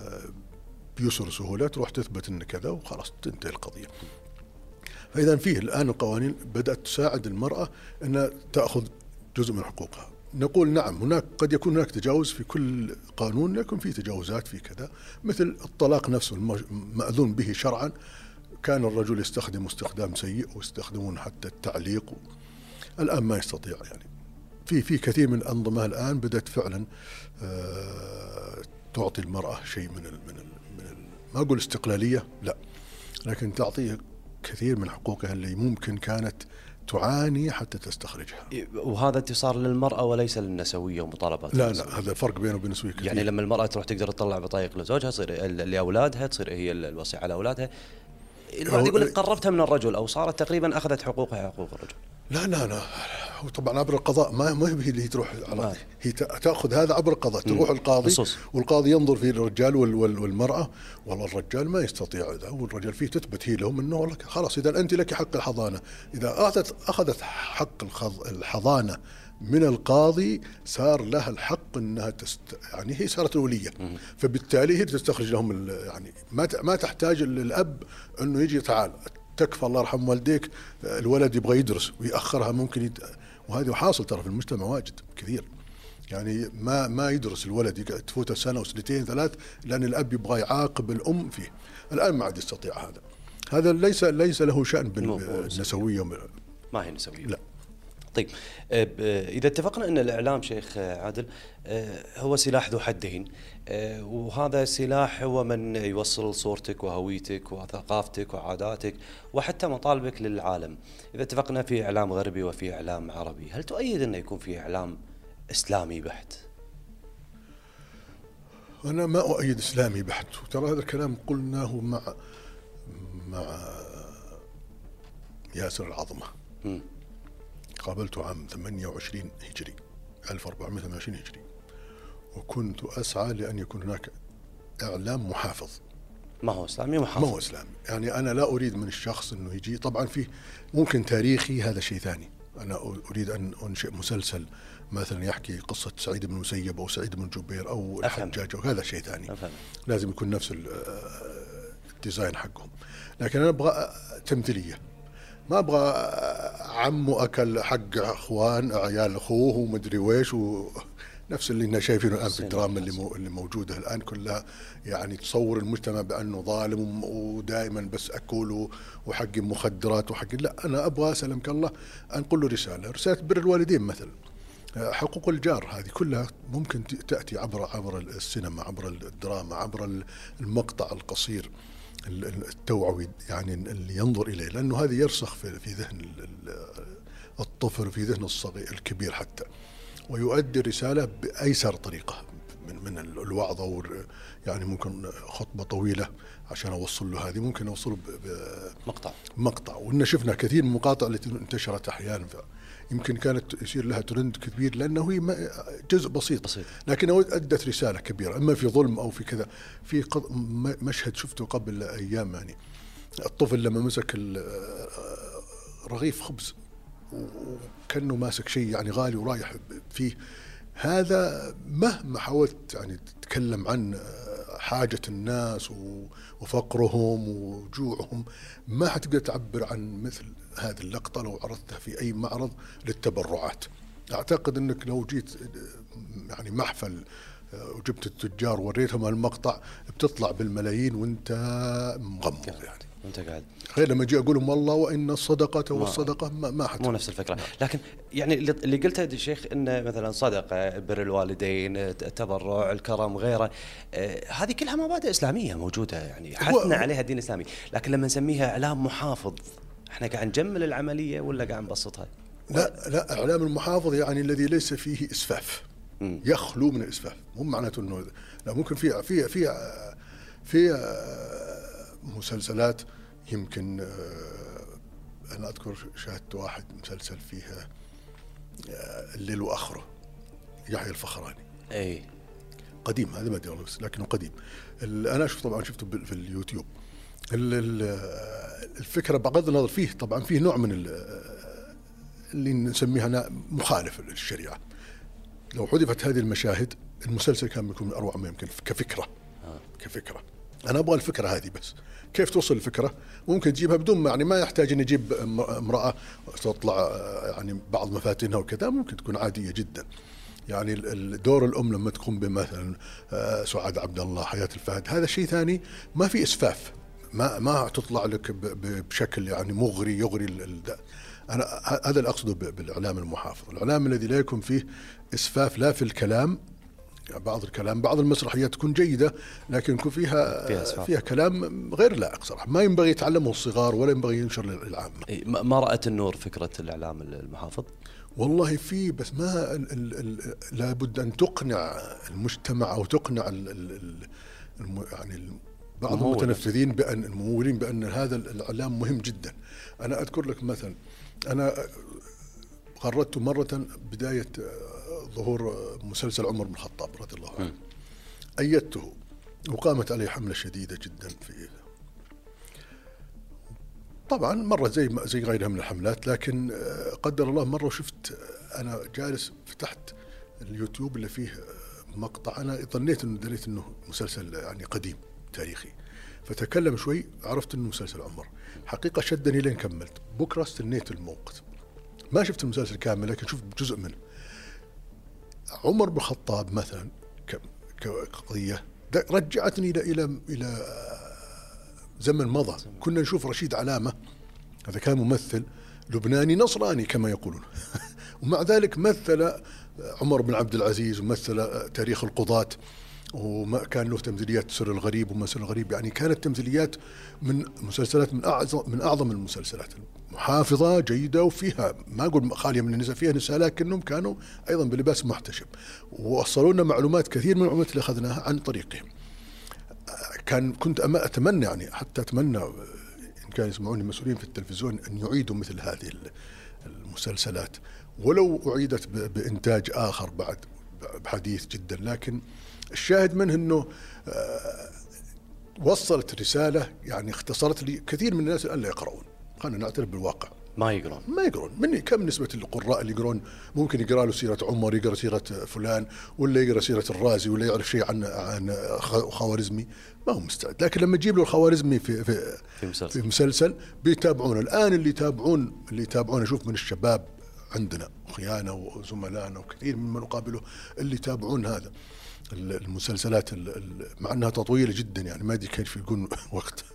[SPEAKER 2] بيسر سهولة تروح تثبت أن كذا وخلاص تنتهي القضية. فإذا فيه الآن القوانين بدأت تساعد المرأة أنها تأخذ جزء من حقوقها. نقول نعم هناك قد يكون هناك تجاوز في كل قانون، يكون في تجاوزات في كذا، مثل الطلاق نفسه المأذون به شرعا كان الرجل يستخدم استخدام سيء ويستخدمون حتى التعليق، الآن ما يستطيع. يعني في في كثير من الأنظمة الآن بدأت فعلا آه تعطي المرأة شيء من ال من ال من ال ما أقول استقلالية لا، لكن تعطيه كثير من حقوقها اللي ممكن كانت تعاني حتى تستخرجها.
[SPEAKER 1] وهذا انتصار للمرأة وليس للنسوية ومطالبات
[SPEAKER 2] لا
[SPEAKER 1] النسوية.
[SPEAKER 2] لا هذا فرق بينه وبين النسوية كثير.
[SPEAKER 1] يعني لما المرأة تروح تقدر تطلع بطايق لزوجها، تصير لأولادها، تصير هي الوصية على أولادها. الواحد يقول لك قربتها من الرجل أو صارت تقريبا أخذت حقوقها حقوق الرجل.
[SPEAKER 2] لا لا لا هو طبعا عبر القضاء، ما ما هي اللي تروح على هي تأخذ هذا عبر القضاء، تروح القاضي بصوص. والقاضي ينظر في الرجال والمرأة. والله الرجال ما يستطيع إذا، والرجال فيه تثبت هي لهم أنه لك خلاص إذا أنت لك حق الحضانة، إذا أخذت أخذت حق الحضانة من القاضي صار لها الحق أنها تست يعني هي صارت الولية، فبالتالي هي تستخرج لهم يعني ما ما تحتاج الأب أنه يجي تعال تكفى الله يرحم والديك الولد يبغى يدرس ويأخرها ممكن يت... وهذا حاصل ترى في المجتمع واجد كثير. يعني ما ما يدرس الولد تفوته سنة وسنتين ثلاث لأن الأب يبغى يعاقب الأم فيه. الآن ما عاد يستطيع هذا. هذا ليس ليس له شأن بالنسوية.
[SPEAKER 1] ما هي نسوية.
[SPEAKER 2] لا.
[SPEAKER 1] طيب إذا اتفقنا أن الإعلام شيخ عادل هو سلاح ذو حدين، وهذا السلاح هو من يوصل صورتك وهويتك وثقافتك وعاداتك وحتى مطالبك للعالم، إذا اتفقنا في إعلام غربي وفي إعلام عربي، هل تؤيد أنه يكون في إعلام إسلامي بحت؟
[SPEAKER 2] أنا ما أؤيد إسلامي بحت، وترى هذا الكلام قلناه مع مع ياسر العظمة. م. قابلته عام ثمانية وعشرين هجري ألف وأربعمائة وثمانية وعشرين هجري، وكنت أسعى لأن يكون هناك إعلام محافظ.
[SPEAKER 1] ما هو إسلامي محافظ؟
[SPEAKER 2] ما هو إسلامي. يعني أنا لا أريد من الشخص أنه يجي، طبعا فيه ممكن تاريخي هذا شيء ثاني. أنا أريد أن أنشئ مسلسل مثلا يحكي قصة سعيد بن المسيب أو سعيد بن جبير أو الحجاج، وهذا شيء ثاني. أفهم. لازم يكون نفس الديزاين حقهم. لكن أنا أبغى تمثيلية، ما أبغى عمه أكل حق أخوان عيال أخوه ومدري ويش، ونفس اللي شايفينه الآن في الدراما اللي مو اللي موجودة الآن كلها، يعني تصور المجتمع بأنه ظالم ودائما بس أكل وحق مخدرات وحق. لا، أنا أبغى سلمك الله أنقل له رسالة، رسالة بر الوالدين مثلا، حقوق الجار، هذه كلها ممكن تأتي عبر عبر السينما، عبر الدراما، عبر المقطع القصير التوعوي، يعني اللي ينظر إليه، لأنه هذا يرسخ في في ذهن الطفل، في ذهن الصغير الكبير حتى، ويؤدي رسالة بأيسر طريقة من من الوعظة. يعني ممكن خطبة طويلة عشان أوصل له هذه، ممكن أوصله
[SPEAKER 1] بمقطع مقطع
[SPEAKER 2] وإن شفنا كثير من المقاطع التي انتشرت أحيانا يمكن كانت يصير لها ترند كبير لأنه هي جزء بسيط, بسيط. لكن أدت رسالة كبيرة، إما في ظلم أو في كذا. في مشهد شفته قبل أيام، يعني الطفل لما مسك رغيف خبز وكأنه ماسك شيء يعني غالي ورايح فيه، هذا مهما حاولت يعني تتكلم عن حاجة الناس وفقرهم وجوعهم، ما حتقدر تعبر عن مثل هذه اللقطة لو عرضتها في أي معرض للتبرعات. أعتقد أنك لو جيت يعني محفل وجبت التجار وريتهم المقطع بتطلع بالملايين وانت مغمض، يعني
[SPEAKER 1] وانت قاعد،
[SPEAKER 2] غير لما اجي اقول لهم والله وان الصدقه والصدقه ما, ما حتى
[SPEAKER 1] مو نفس الفكره. لكن يعني اللي قلته يا شيخ انه مثلا صدقه، بر الوالدين، التبرع، الكرم، غيره، آه هذه كلها مبادئ اسلاميه موجوده، يعني حثنا عليها الدين الاسلامي. لكن لما نسميها اعلام محافظ، احنا قاعد نجمل العمليه ولا قاعد نبسطها؟
[SPEAKER 2] لا لا، اعلام المحافظ يعني الذي ليس فيه اسفاف، م. يخلو من الاسفاف. مو معناته انه لا، ممكن في في في في مسلسلات يمكن أنا أذكر شاهدت واحد مسلسل فيها الليل وآخره، يحيى الفخراني.
[SPEAKER 1] أي
[SPEAKER 2] قديم هذا ما أدري بس لكنه قديم. أنا شفت طبعا شفته في اليوتيوب. الفكرة بغض النظر فيه طبعا فيه نوع من اللي نسميها مخالف للشريعة. لو حذفت هذه المشاهد المسلسل كان بيكون من أروع ما يمكن كفكرة. كفكرة أنا أبغى الفكرة هذه بس. كيف توصل الفكرة؟ ممكن تجيبها بدون ما يعني ما يحتاج أن يجيب امرأة تطلع يعني بعض مفاتنها وكذا، ممكن تكون عادية جدا. يعني الدور الأم لما تقوم بمثلا سعاد عبد الله، حياة الفهد، هذا شيء ثاني ما في إسفاف، ما ما تطلع لك بشكل يعني مغري يغري. أنا هذا اللي أقصده بالإعلام المحافظ، الإعلام الذي لا يكون فيه إسفاف لا في الكلام. بعض الكلام بعض المسرحيات تكون جيدة لكن يكون فيها فيها, فيها كلام غير لائق صراحة، ما ينبغي يتعلمه الصغار ولا ينبغي ينشر للعامة.
[SPEAKER 1] ما رأت النور فكرة الإعلام المحافظ؟
[SPEAKER 2] والله في بس ما لابد أن تقنع المجتمع أو تقنع ال ال ال يعني بعض المتنفذين بأن الممولين بأن هذا الإعلام مهم جدا. أنا أذكر لك مثلا أنا قررت مرة بداية ظهور مسلسل عمر بن الخطاب رضي الله عنه، أيدته وقامت عليه حملة شديدة جدا في طبعا مرة زي زي غيرها من الحملات، لكن قدر الله مرة شفت أنا جالس فتحت اليوتيوب اللي فيه مقطع، أنا ظنيت إنه دليت إنه مسلسل يعني قديم تاريخي، فتكلم شوي عرفت إنه مسلسل عمر. حقيقة شدني لين كملت. بكرة استنيت الموقت ما شفت المسلسل كامل لكن شفت جزء منه. عمر بن الخطاب مثلا كقضية رجعتني إلى إلى إلى زمن مضى. كنا نشوف رشيد علامة، هذا كان ممثل لبناني نصراني كما يقولون ومع ذلك مثل عمر بن عبد العزيز ومثل تاريخ القضاة، وما كان له تمثيليات سر الغريب ومسر الغريب. يعني كانت تمثيليات من مسلسلات من أعظم من أعظم المسلسلات، محافظة جيدة وفيها ما أقول خالية من النساء، فيها نساء لكنهم كانوا أيضا بلباس محتشم، ووصلوا لنا معلومات كثير من المعلومات اللي أخذناها عن طريقهم. كان كنت أتمنى يعني حتى أتمنى إن كان يسمعوني مسؤولين في التلفزيون أن يعيدوا مثل هذه المسلسلات، ولو أعيدت بإنتاج آخر بعد بحديث جدا. لكن الشاهد منه أنه وصلت رسالة يعني اختصرت لي كثير من الناس الآن لا يقرؤون. خلينا نعترف بالواقع،
[SPEAKER 1] ما يقرون
[SPEAKER 2] ما يقرون مني. كم نسبة القراء اللي يقرون؟ ممكن يقرأ له سيرة عمر، يقرأ سيرة فلان، ولا يقرأ سيرة الرازي، ولا يعرف شيء عن عن خوارزمي، ما هو مستعد. لكن لما تجيب له الخوارزمي في في
[SPEAKER 1] في مسلسل,
[SPEAKER 2] في مسلسل بيتابعونه. الآن اللي يتابعون اللي يتابعون أشوف من الشباب عندنا خيانة وزملائنا وكثير ممن نقابله اللي يتابعون هذا المسلسلات مع أنها طويلة جدا، يعني ما أدري كيف يكون وقت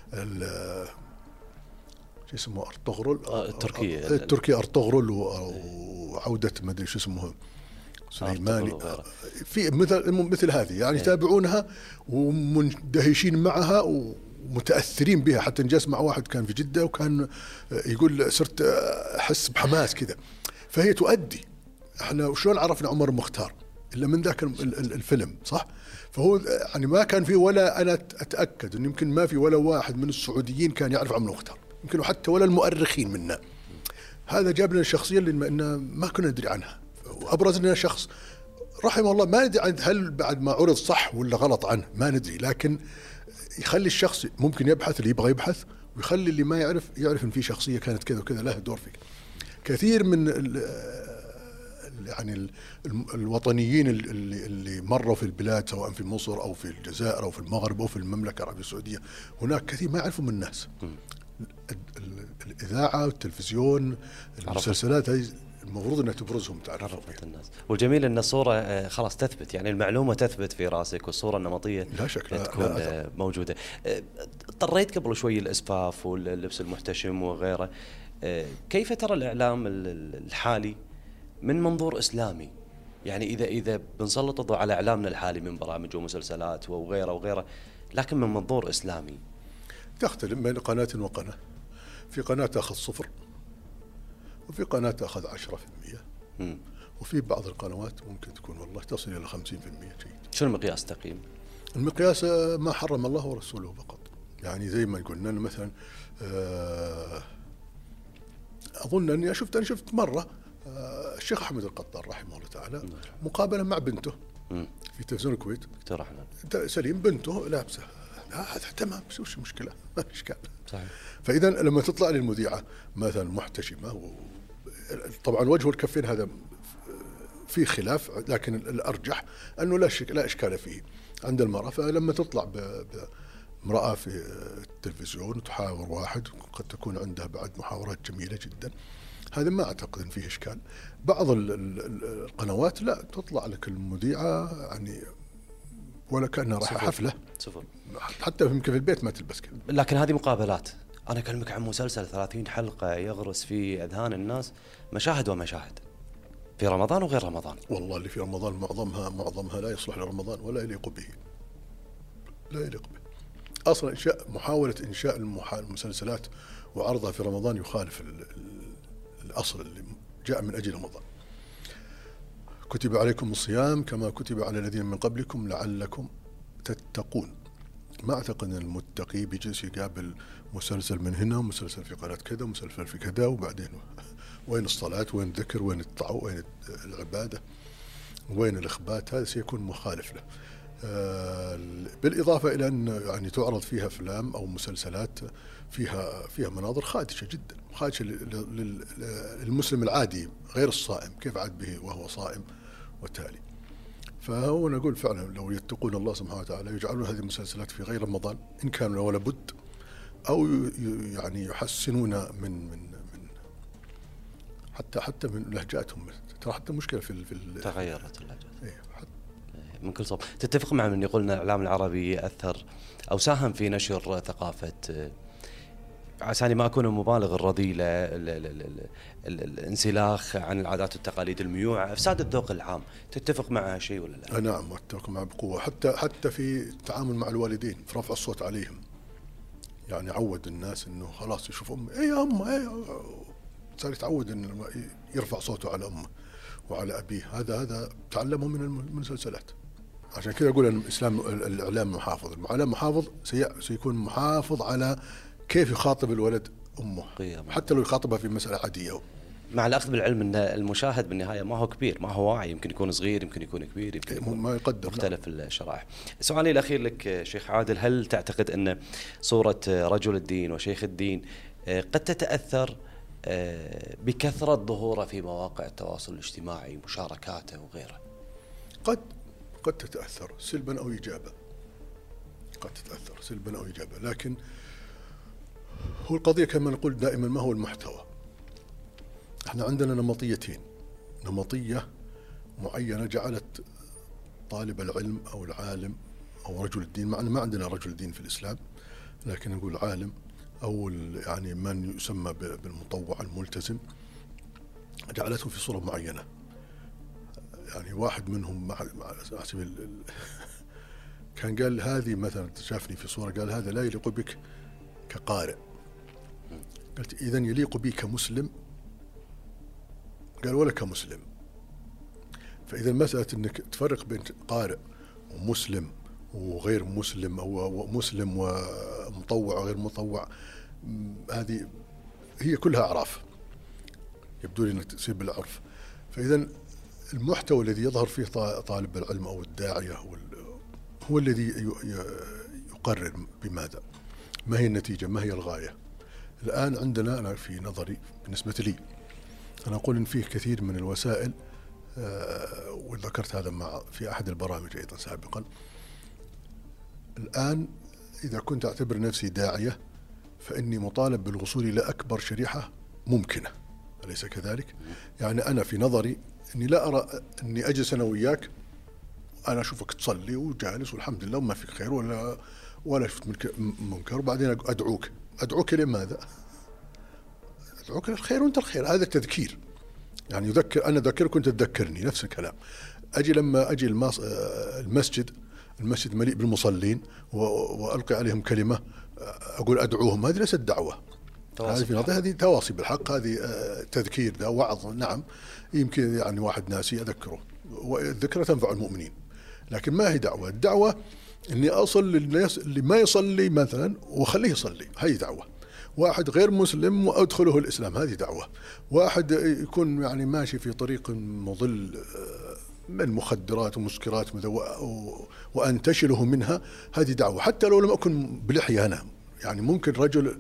[SPEAKER 2] شو اسمه أرطغرل
[SPEAKER 1] آه التركي
[SPEAKER 2] التركي أرطغرل وعودة ما أدري شو اسمه سليماني في مثل مثل هذه يعني يتابعونها ومندهشين معها ومتأثرين بها. حتى نجلس مع واحد كان في جدة وكان يقول صرت أحس بحماس كذا. فهي تؤدي. احنا وشلون عرفنا عمر المختار إلا من ذاك الفيلم صح؟ فهو يعني ما كان فيه ولا أنا أتأكد إن يمكن ما في ولا واحد من السعوديين كان يعرف عمر المختار، يمكن حتى ولا المؤرخين منا. هذا جاب لنا الشخصية اللي ما كنا ندري عنها، وأبرز لنا شخص رحمه الله ما ندري هل بعد ما عرض صح ولا غلط عنه ما ندري، لكن يخلي الشخص ممكن يبحث اللي يبغى يبحث، ويخلي اللي ما يعرف يعرف إن في شخصية كانت كذا وكذا لها دور فيك. كثير من يعني الوطنيين اللي اللي مروا في البلاد سواء في مصر أو في الجزائر أو في المغرب أو في المملكة العربية السعودية، هناك كثير ما يعرفوا من الناس. الإذاعة والتلفزيون المسلسلات هذه المفروض أنها تبرزهم تعرف
[SPEAKER 1] الناس. والجميل أن الصورة خلاص تثبت، يعني المعلومة تثبت في راسك والصورة النمطية
[SPEAKER 2] لا شك لا
[SPEAKER 1] تكون لا موجودة. اضطريت قبل شوي الإسفاف واللبس المحتشم وغيره، كيف ترى الإعلام الحالي من منظور إسلامي؟ يعني إذا إذا بنسلط الضوء على إعلامنا الحالي من برامج ومسلسلات وغيره وغيره، لكن من منظور إسلامي
[SPEAKER 2] تختلف بين قناة وقناة. في قناة تأخذ صفر، وفي قناة تأخذ عشرة في المية، وفي بعض القنوات ممكن تكون والله تصل إلى خمسين في المية جيد.
[SPEAKER 1] شو المقياس تقييم؟
[SPEAKER 2] المقياس ما حرم الله ورسوله فقط. يعني زي ما قلنا مثلا أظن أني شفت أنا شفت مرة الشيخ أحمد القطان رحمه الله تعالى مقابلة مع بنته في تلفزيون الكويت.
[SPEAKER 1] دكتور أحمد
[SPEAKER 2] سليم بنته لابسة هذا تمام، وش المشكلة؟ ما في إشكال.
[SPEAKER 1] صحيح.
[SPEAKER 2] فإذا لما تطلع لي المذيعة مثلا محتشمة و... طبعا وجه الكفين هذا في خلاف، لكن الأرجح أنه لا شك لا إشكال فيه عند المرأة. فلما تطلع ب... بامرأة في التلفزيون وتحاور واحد قد تكون عندها بعد محاورات جميلة جدا، هذا ما أعتقد أن فيه إشكال. بعض القنوات لا تطلع لك المذيعة يعني ولا كأنها راح حفلة
[SPEAKER 1] صفر،
[SPEAKER 2] حتى يمكن في البيت ما تلبس كذا.
[SPEAKER 1] لكن هذه مقابلات. أنا أكلمك عن مسلسل ثلاثين حلقة يغرس في أذهان الناس مشاهد ومشاهد في رمضان وغير رمضان.
[SPEAKER 2] والله اللي في رمضان معظمها معظمها لا يصلح لرمضان ولا يليق به، لا يليق به أصلا. إنشاء محاولة إنشاء المسلسلات وعرضها في رمضان يخالف الأصل اللي جاء من أجل رمضان. كتب عليكم الصيام كما كتب على الذين من قبلكم لعلكم تتقون. ما أعتقد أن المتقي بيجلس يقابل مسلسل من هنا ومسلسل في قناة كذا ومسلسل في كذا وبعدين وين الصلاة وين الذكر وين الطاعة وين العبادة وين الإخبات، هذا سيكون مخالف له. بالإضافة إلى أن يعني تعرض فيها أفلام أو مسلسلات فيها فيها مناظر خادشة جدا، خادشة للمسلم العادي غير الصائم، كيف عاد به وهو صائم وتالي. فهو نقول فعلا لو يتقون الله سبحانه وتعالى يجعلون هذه المسلسلات في غير رمضان إن كانوا ولا بد، أو يعني يحسنون من من من حتى حتى من لهجاتهم. ترى حتى مشكلة في في
[SPEAKER 1] تغيرت اللهجات.
[SPEAKER 2] إيه
[SPEAKER 1] من كل صوب. تتفق مع من يقول أن الإعلام العربي أثر أو ساهم في نشر ثقافة، عساني ما أكون مبالغ، الرذيلة، الانسلاخ عن العادات والتقاليد، الميوعة، إفساد الذوق العام، تتفق معها شيء ولا لا؟
[SPEAKER 2] نعم أتفق معها بقوة، حتى حتى في التعامل مع الوالدين في رفع الصوت عليهم. يعني عود الناس إنه خلاص يشوف أمه إيه يا أمه إيه، صار يتعود إنه يرفع صوته على أمه وعلى أبيه. هذا هذا تعلمه من المسلسلات. عشان كذا أقول أن الإسلام الإعلام محافظ، الإعلام محافظ سيكون محافظ على كيف يخاطب الولد أمه قيام. حتى لو يخاطبها في مسألة عادية،
[SPEAKER 1] مع الأخذ بالعلم أن المشاهد بالنهاية ما هو كبير، ما هو واعي، يمكن يكون صغير، يمكن يكون كبير، يمكن يكون
[SPEAKER 2] ما يقدر
[SPEAKER 1] مختلف نعم. الشرائح. سؤالي الأخير لك شيخ عادل، هل تعتقد أن صورة رجل الدين وشيخ الدين قد تتأثر بكثرة ظهوره في مواقع التواصل الاجتماعي، مشاركاته وغيره؟
[SPEAKER 2] قد قد تتأثر سلبا أو إيجابا، قد تتأثر سلبا أو إيجابا. لكن هو القضية كما نقول دائما ما هو المحتوى. احنا عندنا نمطيتين، نمطية معينة جعلت طالب العلم أو العالم أو رجل الدين، معنا ما عندنا رجل دين في الإسلام، لكن نقول عالم أو يعني من يسمى بالمطوع الملتزم، جعلته في صورة معينة. يعني واحد منهم مع كان قال هذه مثلا، شافني في صورة قال هذا لا يليق بك كقارئ. قلت إذن يليق بي كمسلم؟ قال ولا كمسلم. فإذا مسألة أنك تفرق بين قارئ ومسلم وغير مسلم أو مسلم ومطوع وغير مطوع، هذه هي كلها أعراف، يبدو لي أنك تسيب العرف. فإذا المحتوى الذي يظهر فيه طالب العلم أو الداعية هو الذي يقرر بماذا، ما هي النتيجة، ما هي الغاية. الآن عندنا أنا في نظري بالنسبة لي أنا أقول إن فيه كثير من الوسائل، آه وذكرت هذا مع في أحد البرامج أيضا سابقا. الآن إذا كنت أعتبر نفسي داعية فإني مطالب بالوصول إلى أكبر شريحة ممكنة، أليس كذلك؟ يعني أنا في نظري إني لا أرى إني أجلس أنا وياك أنا أشوفك تصلي وجالس والحمد لله وما فيك خير ولا ولا شفت منكر، وبعدين أدعوك أدعوك لماذا؟ أدعوك للخير وأنت الخير، هذا التذكير. يعني يذكر، أنا أذكرك وأنت تذكرني، نفس الكلام. أجي لما أجي المسجد المسجد مليء بالمصلين وألقي عليهم كلمة أقول أدعوهم، هذه ليست دعوة، هذه في نظري هذه تواصي بالحق، هذه تذكير، ذا وعظ. نعم يمكن يعني واحد ناسي أذكره، والذكرى تنفع المؤمنين، لكن ما هي دعوة. الدعوة اني اصل للناس اللي ما يصلي مثلا واخليه يصلي، هذه دعوه. واحد غير مسلم وادخله الاسلام، هذه دعوه. واحد يكون يعني ماشي في طريق مضل من مخدرات ومسكرات وانتشله منها، هذه دعوه. حتى لو لم اكن بلحيه انا، يعني ممكن رجل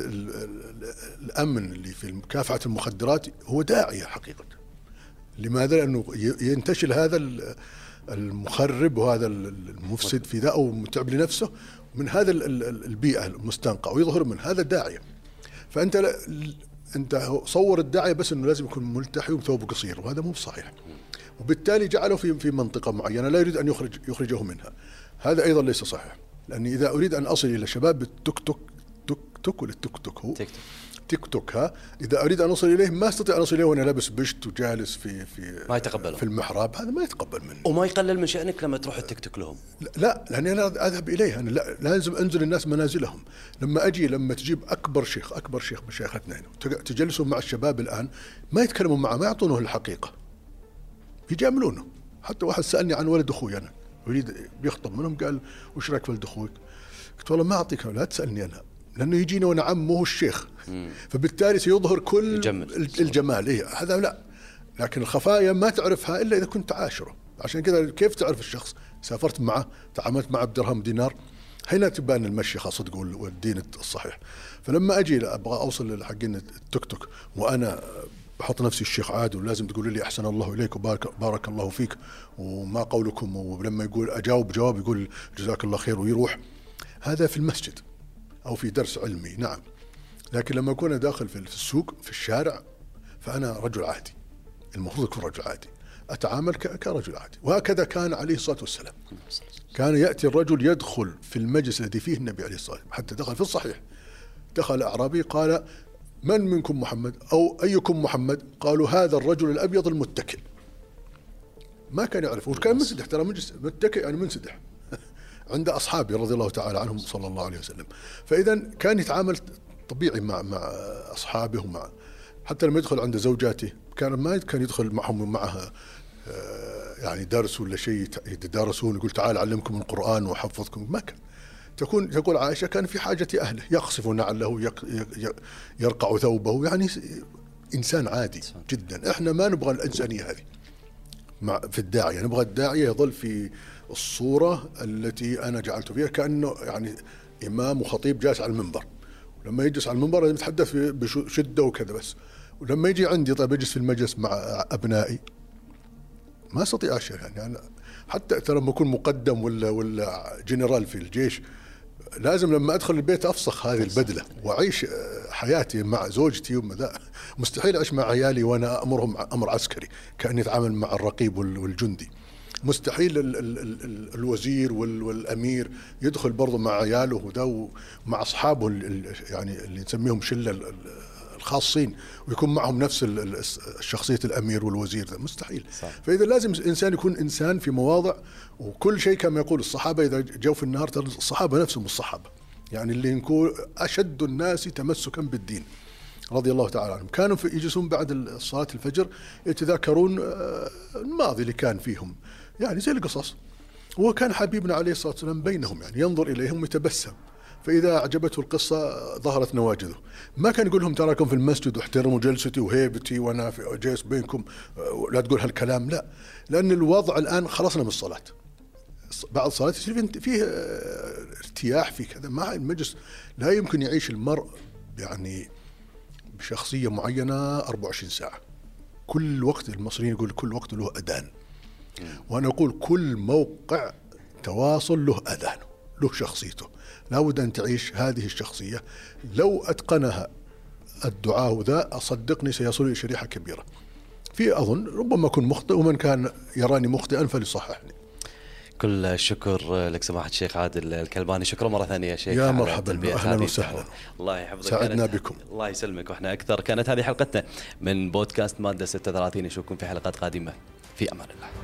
[SPEAKER 2] الامن اللي في مكافحه المخدرات هو داعيه حقيقه. لماذا؟ لانه ينتشل هذا المخرب وهذا المفسد في ذا او متعب لنفسه من هذا البيئه المستنقعه ويظهر من هذا الداعيه. فانت انت صور الداعيه بس انه لازم يكون ملتحي وثوبه قصير، وهذا مو صحيح. وبالتالي جعله في في منطقه معينه لا يريد ان يخرج يخرجه منها، هذا ايضا ليس صحيح. لاني اذا اريد ان اصل الى شباب التوك توك توك توك ولا التوك توك هو تيك توك ها، اذا اريد ان اصل اليه ما استطيع ان اصل اليه وانا لابس بشت وجالس في في
[SPEAKER 1] ما يتقبله
[SPEAKER 2] في المحراب، هذا ما يتقبل مني.
[SPEAKER 1] وما يقلل من شأنك لما تروح التيك توك لهم.
[SPEAKER 2] لا، لاني انا اذهب اليه، انا لا لازم انزل الناس منازلهم. لما اجي لما تجيب اكبر شيخ اكبر شيخ مشايختنا هنا تجلسوا مع الشباب الان ما يتكلموا معه، ما يعطونه الحقيقه، يجاملونه. حتى واحد سالني عن ولد اخوي انا يريد بيخطب منهم، قال وش رايك في ولد اخوك؟ قلت والله ما اعطيك، لا تسالني انا، لانه يجينا وانا عمه الشيخ، فبالتالي سيظهر كل
[SPEAKER 1] يجمل.
[SPEAKER 2] الجمال. إيه هذا لا، لكن الخفايا ما تعرفها الا اذا كنت تعاشره. عشان كذا كيف تعرف الشخص؟ سافرت معه، تعاملت معه بدرهم دينار، هنا تبان المشيخه صدق والدين الصحيح. فلما اجي ابغى اوصل لحقين التوك توك وانا بحط نفسي الشيخ عاد ولازم تقول لي احسن الله اليك وبارك بارك الله فيك وما قولكم، ولما يقول اجاوب جواب يقول جزاك الله خير ويروح، هذا في المسجد أو في درس علمي نعم. لكن لما أكون داخل في السوق في الشارع فأنا رجل عادي، المفروض أكون رجل عادي، أتعامل كرجل عادي. وهكذا كان عليه الصلاة والسلام، كان يأتي الرجل يدخل في المجلس الذي فيه النبي عليه الصلاة والسلام، حتى دخل في الصحيح، دخل أعرابي قال من منكم محمد أو أيكم محمد؟ قالوا هذا الرجل الأبيض المتكئ. ما كان يعرفه، وكان منسدح، ترى مجلس متكئ يعني منسدح عند أصحابه رضي الله تعالى عنهم صلى الله عليه وسلم. فإذا كان يتعامل طبيعي مع مع أصحابه، ومع حتى لما يدخل عند زوجاته كان ما كان يدخل معهم ومعها يعني درس ولا شيء يتدارسون، يقول تعال أعلمكم القرآن وأحفظكم، ما كان. تكون تقول عائشة كان في حاجة أهله، يقصف نعله يرقع ثوبه، يعني إنسان عادي جدا. إحنا ما نبغى الإنسانية هذه مع في الداعية، نبغى الداعية يظل في الصورة التي أنا جعلته فيها، كأنه يعني إمام وخطيب جالس على المنبر، ولما يجلس على المنبر يتحدث بشدة وكذا بس. ولما يجي عندي طيب يجلس في المجلس مع أبنائي ما أستطيع أشياء. يعني أنا حتى ترى لما أكون مقدم ولا ولا جنرال في الجيش لازم لما أدخل البيت أفسخ هذه البدلة وأعيش حياتي مع زوجتي ومذا. مستحيل أعيش مع عيالي وأنا أمرهم أمر عسكري كأني أتعامل مع الرقيب والجندي. مستحيل ال ال ال الوزير والأمير يدخل برضه مع عياله وده ومع أصحابه يعني اللي نسميهم شلة الخاصين ويكون معهم نفس الشخصية الأمير والوزير، ده مستحيل. صح. فإذا لازم إنسان يكون إنسان في مواضع، وكل شيء كما يقول الصحابة إذا جو في النهار، ترى الصحابة نفسهم الصحابة يعني اللي يكون أشد الناس تمسكا بالدين رضي الله تعالى عنهم، كانوا في يجلسون بعد صلاة الفجر يتذاكرون الماضي اللي كان فيهم، يعني زي القصص. وكان حبيبنا عليه الصلاة والسلام بينهم، يعني ينظر إليهم ويتبسم، فإذا أعجبته القصة ظهرت نواجذه. ما كان يقول لهم تراكم في المسجد واحترموا جلستي وهيبتي وأنا جالس بينكم لا تقول هالكلام، لا، لأن الوضع الآن خلصنا من الصلاة، بعد صلاة فيه ارتياح في كذا، مع المجلس لا يمكن يعيش المرء يعني بشخصية معينة أربعة وعشرين ساعة. كل وقت المصريين يقول كل وقت له أذان، وأنا أقول كل موقع تواصل له أذانه، له شخصيته، لا بد أن تعيش هذه الشخصية. لو أتقنها الدعاء ذا أصدقني سيصل إلى شريحة كبيرة. في أظن ربما أكون مخطئ، ومن كان يراني مخطئا فليصححني.
[SPEAKER 1] كل الشكر لك سماحة الشيخ عادل الكلباني، شكرا مرة ثانية يا شيخ.
[SPEAKER 2] يا مرحبا، أهلا وسهلا،
[SPEAKER 1] الله يحفظك،
[SPEAKER 2] سعدنا بكم.
[SPEAKER 1] الله يسلمك وإحنا أكثر. كانت هذه حلقتنا من بودكاست مادة ستة وثلاثين، نشوفكم في حلقات قادمة، في أمان الله.